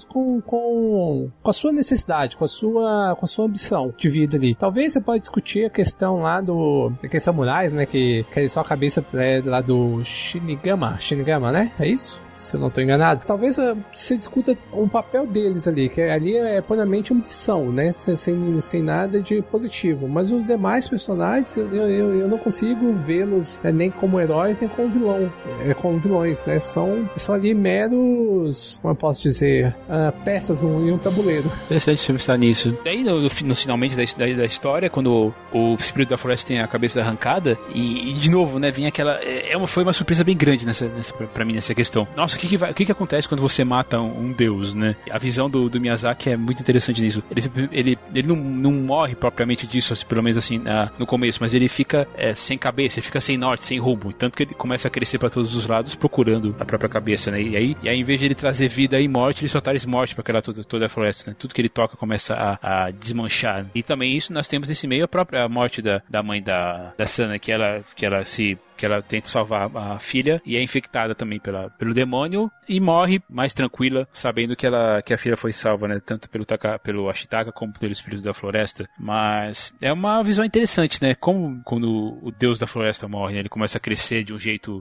acordo com a sua necessidade, com a sua ambição de vida ali. Talvez você pode discutir a questão lá daqueles samurais, né, que querem só a cabeça lá do Shinigama, né? É isso? Se eu não estou enganado. Talvez você discuta um papel deles ali, que ali é puramente uma missão, né? Sem nada de positivo. Mas os demais personagens, eu não consigo vê-los nem como heróis, nem como vilões, né? São ali meros, como eu posso dizer, peças em um tabuleiro. Interessante você pensar nisso. Daí, no finalmente da história, quando o espírito da floresta tem a cabeça arrancada, e de novo, né, vem aquela... foi uma surpresa bem grande pra mim nessa questão. Nossa, o que acontece quando você mata um deus, né? A visão do Miyazaki é muito interessante nisso. Ele não morre propriamente disso, assim, pelo menos assim, no começo, mas ele fica sem cabeça, ele fica sem norte, sem rumo. Tanto que ele começa a crescer para todos os lados procurando a própria cabeça, né? E aí em vez de ele trazer vida e morte, ele só traz morte para toda a floresta, né? Tudo que ele toca começa a desmanchar. E também isso nós temos nesse meio a própria morte da mãe da Sana, que ela tenta salvar a filha e é infectada também pelo demônio e morre mais tranquila, sabendo que a filha foi salva, né? Tanto pelo Ashitaka como pelo espírito da floresta. Mas é uma visão interessante, né? Como quando o deus da floresta morre, né? Ele começa a crescer de um jeito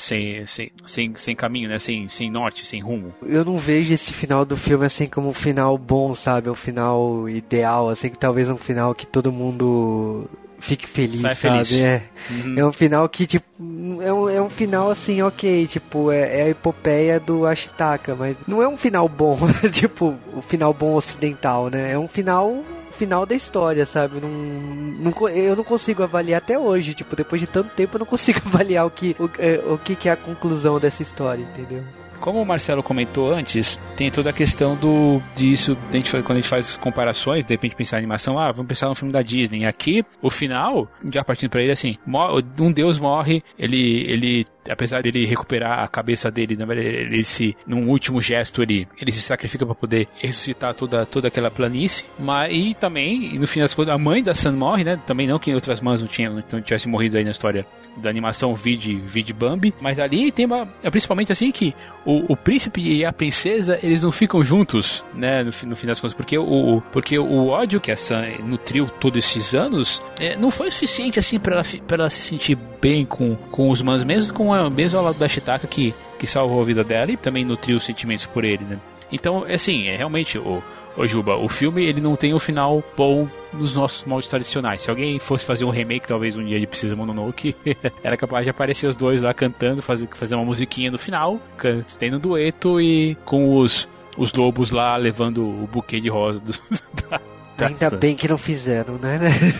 sem caminho, né? Sem norte, sem rumo. Eu não vejo esse final do filme assim como um final bom, sabe? Um final ideal, assim, que talvez um final que todo mundo... fique feliz, sai sabe? Feliz. É um final que, tipo, é um final assim, ok, tipo, é a epopeia do Ashitaka, mas não é um final bom, tipo, o final bom ocidental, né? É um final da história, sabe? Eu não consigo avaliar até hoje, tipo, depois de tanto tempo eu não consigo avaliar o que é a conclusão dessa história, entendeu? Como o Marcelo comentou antes, tem toda a questão disso, quando a gente faz comparações, de repente pensar em animação, vamos pensar no filme da Disney. Aqui, o final, já partindo pra ele, assim, um deus morre, ele apesar dele recuperar a cabeça dele, num último gesto, ele se sacrifica para poder ressuscitar toda aquela planície, e também, no fim das contas, a mãe da Sun morre, né? Também não que outras mães não tivessem morrido aí na história da animação Vide Bambi, mas ali tem principalmente assim que o príncipe e a princesa, eles não ficam juntos, né, no fim das contas, porque o ódio que a Sun nutriu todos esses anos não foi suficiente assim para ela se sentir bem com os humanos, mesmo ao lado da Ashitaka que salvou a vida dela e também nutriu os sentimentos por ele, né? Então, assim, realmente, Juba, o filme ele não tem um final bom nos nossos moldes tradicionais. Se alguém fosse fazer um remake, talvez um dia de Princesa Mononoke, era capaz de aparecer os dois lá cantando, fazer uma musiquinha no final, tendo um dueto e com os lobos lá levando o buquê de rosa Ainda bem que não fizeram, né?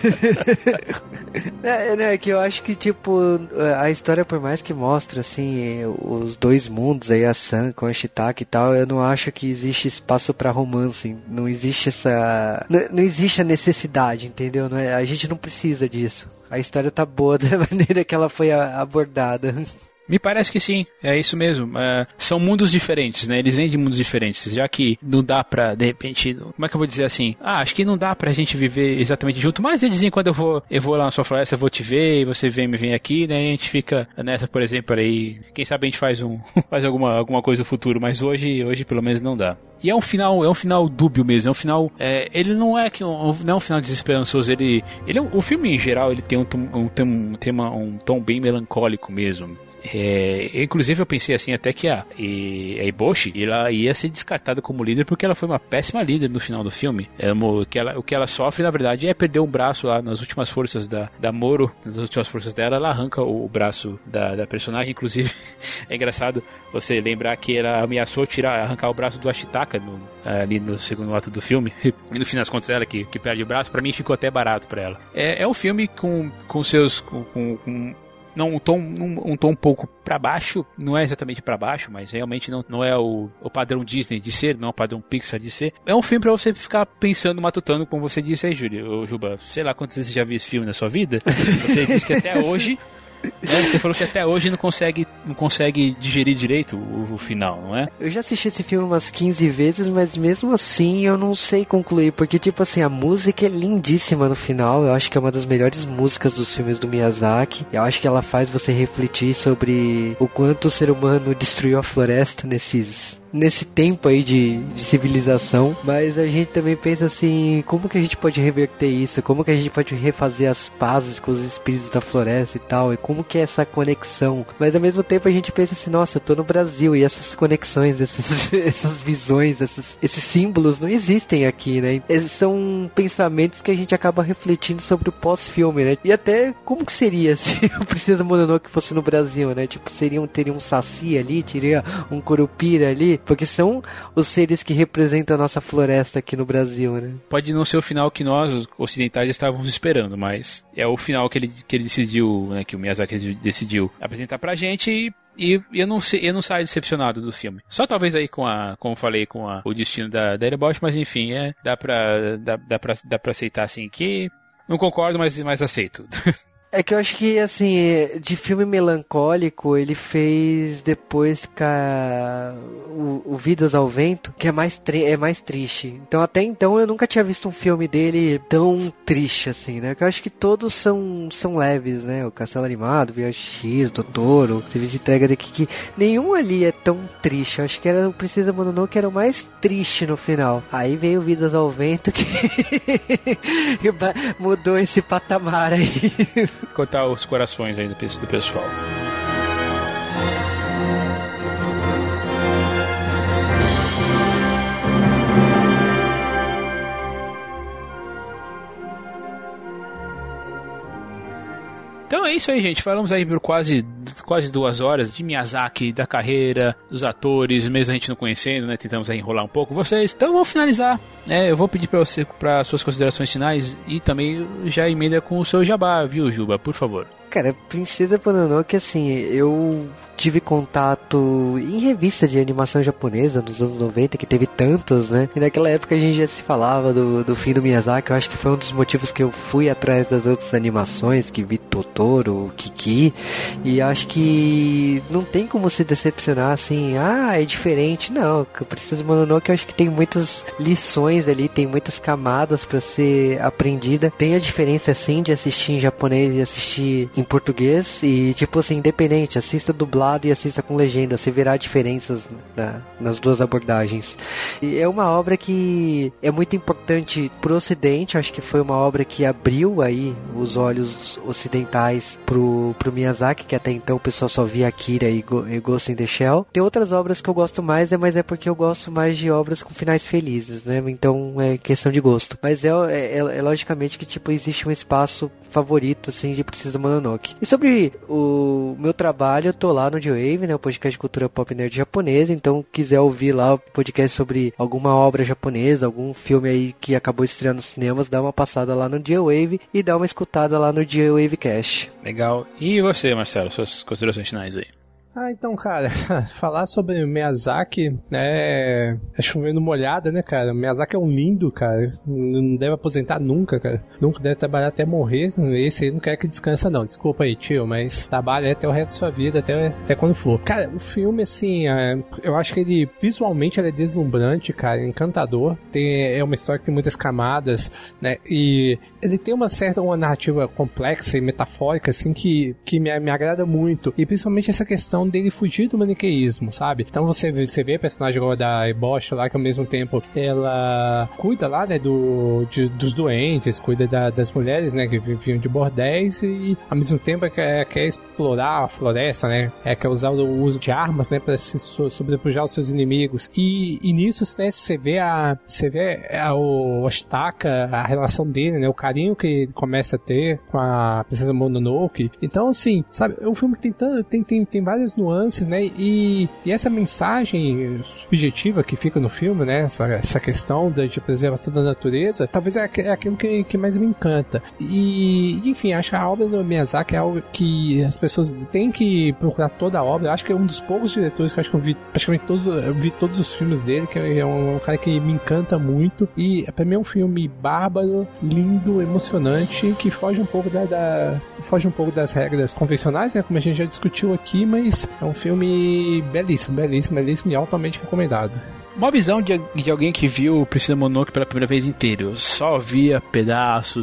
É que eu acho que, tipo, a história, por mais que mostre, assim, os dois mundos aí, a Sun com a Ashitaka e tal, eu não acho que existe espaço pra romance. Não existe não existe a necessidade, entendeu? A gente não precisa disso. A história tá boa da maneira que ela foi abordada. Me parece que sim, é isso mesmo. São mundos diferentes, né? Eles vêm de mundos diferentes, já que não dá pra, de repente, como é que eu vou dizer assim? Acho que não dá pra gente viver exatamente junto, mas eles dizem quando eu vou lá na sua floresta, eu vou te ver, e você vem aqui, né? E a gente fica nessa, por exemplo, aí, quem sabe a gente faz alguma coisa no futuro, mas hoje pelo menos não dá. E é um final dúbio mesmo, é um final, ele não é um final desesperançoso, o filme em geral, ele tem um tom bem melancólico mesmo. Inclusive eu pensei assim até que a Eboshi ela ia ser descartada como líder porque ela foi uma péssima líder no final do filme. O que ela sofre na verdade é perder um braço lá nas últimas forças da Moro, nas últimas forças dela, ela arranca o braço da personagem. Inclusive é engraçado você lembrar que ela ameaçou arrancar o braço do Ashitaka ali no segundo ato do filme, e no fim das contas ela que perde o braço. Pra mim ficou até barato pra ela. É um filme com seus não, um tom um pouco pra baixo, não é exatamente pra baixo, mas realmente não é o padrão Disney de ser, não é o padrão Pixar de ser. É um filme pra você ficar pensando, matutando, como você disse aí, Juba. Sei lá quantas vezes você já viu esse filme na sua vida. Você disse que até hoje... Você falou que até hoje não consegue digerir direito o final, não é? Eu já assisti esse filme umas 15 vezes, mas mesmo assim eu não sei concluir, porque tipo assim, a música é lindíssima no final, eu acho que é uma das melhores músicas dos filmes do Miyazaki, eu acho que ela faz você refletir sobre o quanto o ser humano destruiu a floresta nesses nesse tempo aí de civilização, mas a gente também pensa assim, como que a gente pode reverter isso? Como que a gente pode refazer as pazes com os espíritos da floresta e tal? E como que é essa conexão? Mas ao mesmo tempo a gente pensa assim, nossa, eu tô no Brasil e essas conexões, essas visões, esses símbolos não existem aqui, né? Esses são pensamentos que a gente acaba refletindo sobre o pós-filme, né? E até como que seria se o Princesa Mononoke fosse no Brasil, né? Tipo, teria um Saci ali, teria um Curupira ali, porque são os seres que representam a nossa floresta aqui no Brasil, né? Pode não ser o final que nós, os ocidentais, estávamos esperando, mas é o final que ele decidiu, né, que o Miyazaki decidiu apresentar pra gente e eu não saio decepcionado do filme. Só talvez aí como falei, com o destino da Airbosch, mas enfim, dá pra aceitar assim que não concordo, mas aceito. É que eu acho que, assim, de filme melancólico, ele fez depois o Vidas ao Vento, que é mais triste. Então, até então, eu nunca tinha visto um filme dele tão triste, assim, né? Porque eu acho que todos são leves, né? O Castelo Animado, Viagem de Chihiro, Totoro, Serviço de Entrega de Kiki. Nenhum ali é tão triste. Eu acho que era o Princesa Mononoke que era o mais triste no final. Aí veio o Vidas ao Vento, que mudou esse patamar aí. Cortar os corações aí do pessoal. Então é isso aí, gente. Falamos aí por quase 2 horas de Miyazaki, da carreira, dos atores, mesmo a gente não conhecendo, né? Tentamos aí enrolar um pouco vocês. Então vamos finalizar. Eu vou pedir pra você, para suas considerações finais e também já emenda com o seu jabá, viu, Juba? Por favor. Cara, Princesa Mononoke, assim, eu tive contato em revista de animação japonesa nos anos 90, que teve tantas, né? E naquela época a gente já se falava do fim do Miyazaki. Eu acho que foi um dos motivos que eu fui atrás das outras animações, que vi Totoro, Kiki, e acho que não tem como se decepcionar assim, é diferente. Não, Princesa Mononoke eu acho que tem muitas lições ali, tem muitas camadas pra ser aprendida. Tem a diferença, assim, de assistir em japonês e assistir em português, e tipo assim, independente, assista dublado e assista com legenda, você verá diferenças nas duas abordagens. E é uma obra que é muito importante pro ocidente. Acho que foi uma obra que abriu aí os olhos ocidentais pro Miyazaki, que até então o pessoal só via Akira e Ghost in the Shell. Tem outras obras que eu gosto mais, mas é porque eu gosto mais de obras com finais felizes, né? Então é questão de gosto. Mas é logicamente que tipo, existe um espaço favorito, assim, de Princesa Mononoke. E sobre o meu trabalho, eu tô lá no J-Wave, né, o podcast de cultura pop nerd japonesa. Então, quiser ouvir lá o podcast sobre alguma obra japonesa, algum filme aí que acabou estreando nos cinemas, dá uma passada lá no J-Wave e dá uma escutada lá no J-Wave Cast. Legal. E você, Marcelo, suas considerações finais aí? Então, cara, falar sobre o Miyazaki, é chovendo molhada, né, cara? O Miyazaki é um lindo, cara. Não deve aposentar nunca, cara. Nunca deve trabalhar até morrer. Esse aí não quer que descansa, não. Desculpa aí, tio, mas trabalha até o resto da sua vida, até quando for. Cara, o filme, assim, eu acho que ele, visualmente, ele é deslumbrante, cara, encantador. É uma história que tem muitas camadas, né? E ele tem uma narrativa complexa e metafórica, assim, que me agrada muito. E principalmente essa questão dele fugir do maniqueísmo, sabe? Então você vê a personagem agora da Airbosch lá, que ao mesmo tempo ela cuida lá, né, dos doentes, cuida das mulheres, né, que viviam de bordéis, e ao mesmo tempo quer explorar a floresta, né, quer usar o uso de armas, né, para se sobrepujar aos seus inimigos. E nisso, né, você vê o Ashitaka, a relação dele, né, o carinho que ele começa a ter com a Princesa Mononoke. Então, assim, sabe, é um filme que tem várias nuances, né, e essa mensagem subjetiva que fica no filme, né, essa questão de preservação da natureza, talvez é aquilo que mais me encanta. E, enfim, acho que a obra do Miyazaki é algo que as pessoas têm que procurar toda a obra. Eu acho que é um dos poucos diretores que eu acho que eu vi praticamente todos os filmes dele, que é um cara que me encanta muito, e pra mim é um filme bárbaro, lindo, emocionante, que foge um pouco das regras convencionais, né, como a gente já discutiu aqui, mas é um filme belíssimo e altamente recomendado. Uma visão de alguém que viu Princesa Mononoke pela primeira vez inteira. Eu só via pedaços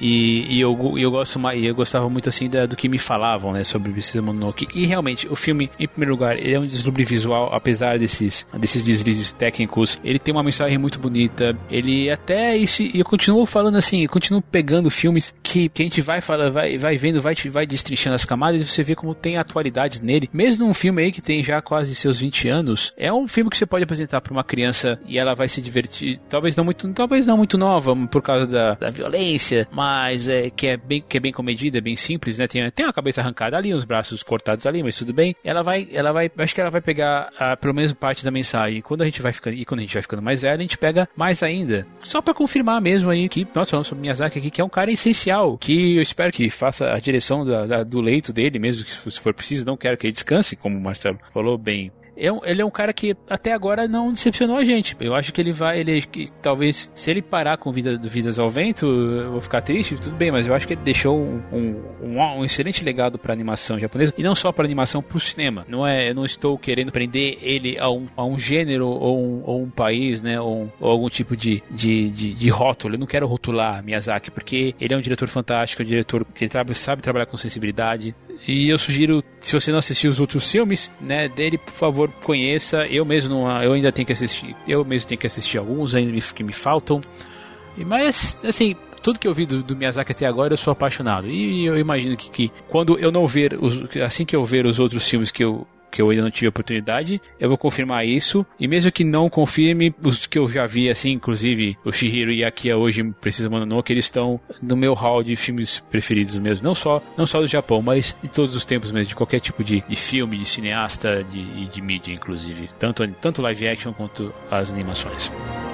E eu gostava muito assim do que me falavam, né, sobre Princesa Mononoke. E realmente, o filme, em primeiro lugar, ele é um deslumbre visual, apesar desses deslizes técnicos. Ele tem uma mensagem muito bonita. Ele até, e eu continuo falando assim, eu continuo pegando filmes que a gente vai vendo, vai destrinchando as camadas, e você vê como tem atualidades nele. Mesmo num filme aí que tem já quase seus 20 anos, é um filme que você pode apresentar para uma criança e ela vai se divertir, talvez não muito nova por causa da violência, mas que é bem comedida, bem simples, né? Tem uma cabeça arrancada ali, uns braços cortados ali, mas tudo bem. Acho que ela vai pegar pelo menos parte da mensagem. Quando a gente vai ficando mais velho, a gente pega mais ainda. Só para confirmar mesmo aí que nós falamos sobre Miyazaki aqui, que é um cara essencial, que eu espero que faça a direção do leito dele, mesmo que se for preciso. Não quero que ele descanse, como o Marcelo falou bem. Ele é um cara que até agora não decepcionou a gente. Eu acho que talvez, se ele parar com Vidas ao Vento, eu vou ficar triste, tudo bem, mas eu acho que ele deixou um excelente legado para a animação japonesa, e não só para a animação, para o cinema. Eu não estou querendo prender ele a um gênero ou um país, né, ou algum tipo de rótulo. Eu não quero rotular Miyazaki, porque ele é um diretor fantástico, é um diretor que sabe trabalhar com sensibilidade, e eu sugiro, se você não assistiu os outros filmes, né, dele, por favor, conheça. Eu ainda tenho que assistir alguns ainda que me faltam. Mas, assim, tudo que eu vi do Miyazaki até agora, eu sou apaixonado. E eu imagino que quando eu não ver, assim que eu ver os outros filmes que eu ainda não tive oportunidade, eu vou confirmar isso, e mesmo que não confirme, os que eu já vi, assim, inclusive o Chihiro e Akiya hoje, Princesa Mononoke, eles estão no meu hall de filmes preferidos mesmo, não só do Japão, mas de todos os tempos mesmo, de qualquer tipo de filme, de cineasta, de mídia, inclusive, tanto live action quanto as animações.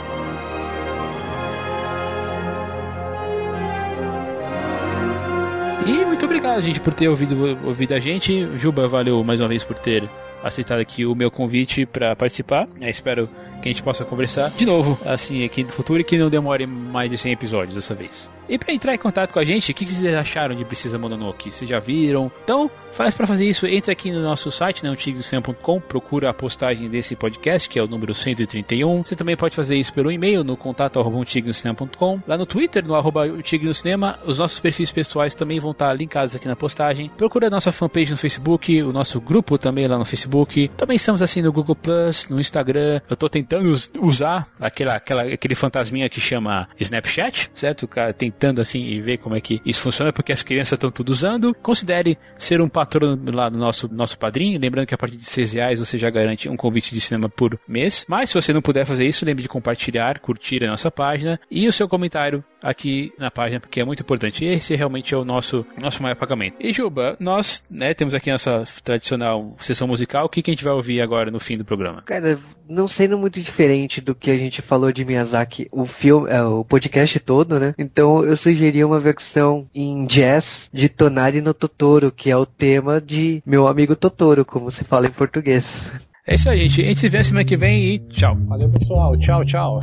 E muito obrigado, gente, por ter ouvido a gente. Juba, valeu mais uma vez por ter aceitado aqui o meu convite para participar. Espero que a gente possa conversar de novo, assim, aqui no futuro, e que não demore mais de 100 episódios dessa vez. E para entrar em contato com a gente, o que vocês acharam de Princesa Mononoke? Vocês já viram? Então, para fazer isso, entre aqui no nosso site, né, tigrecinema.com, procura a postagem desse podcast, que é o número 131. Você também pode fazer isso pelo e-mail, no contato@tigrecinema.com. Lá no Twitter, no @tigrecinema, os nossos perfis pessoais também vão estar linkados aqui na postagem. Procura a nossa fanpage no Facebook, o nosso grupo também lá no Facebook. Também estamos assim no Google+, no Instagram. Eu tô tentando usar aquele fantasminha que chama Snapchat, certo? O cara tentando assim e ver como é que isso funciona, porque as crianças estão tudo usando. Considere ser um patrono lá do nosso padrinho. Lembrando que a partir de R$6 você já garante um convite de cinema por mês. Mas se você não puder fazer isso, lembre de compartilhar, curtir a nossa página e o seu comentário aqui na página, porque é muito importante. Esse realmente é o nosso maior pagamento. E Juba, nós, né, temos aqui a nossa tradicional sessão musical. O que a gente vai ouvir agora no fim do programa? Cara, não sendo muito diferente do que a gente falou de Miyazaki, o podcast todo, né? Então eu sugeri uma versão em jazz de Tonari no Totoro, que é o tema de Meu Amigo Totoro, como se fala em português. É isso aí, gente. A gente se vê semana que vem e tchau. Valeu, pessoal. Tchau, tchau.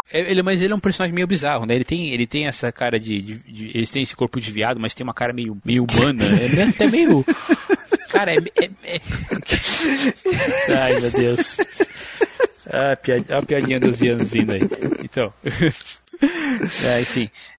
Mas ele é um personagem meio bizarro, né? Ele tem essa cara eles têm esse corpo de viado, mas tem uma cara meio humana. É até meio... Cara, Ai, meu Deus. A piadinha dos anos vindo aí. Então... enfim...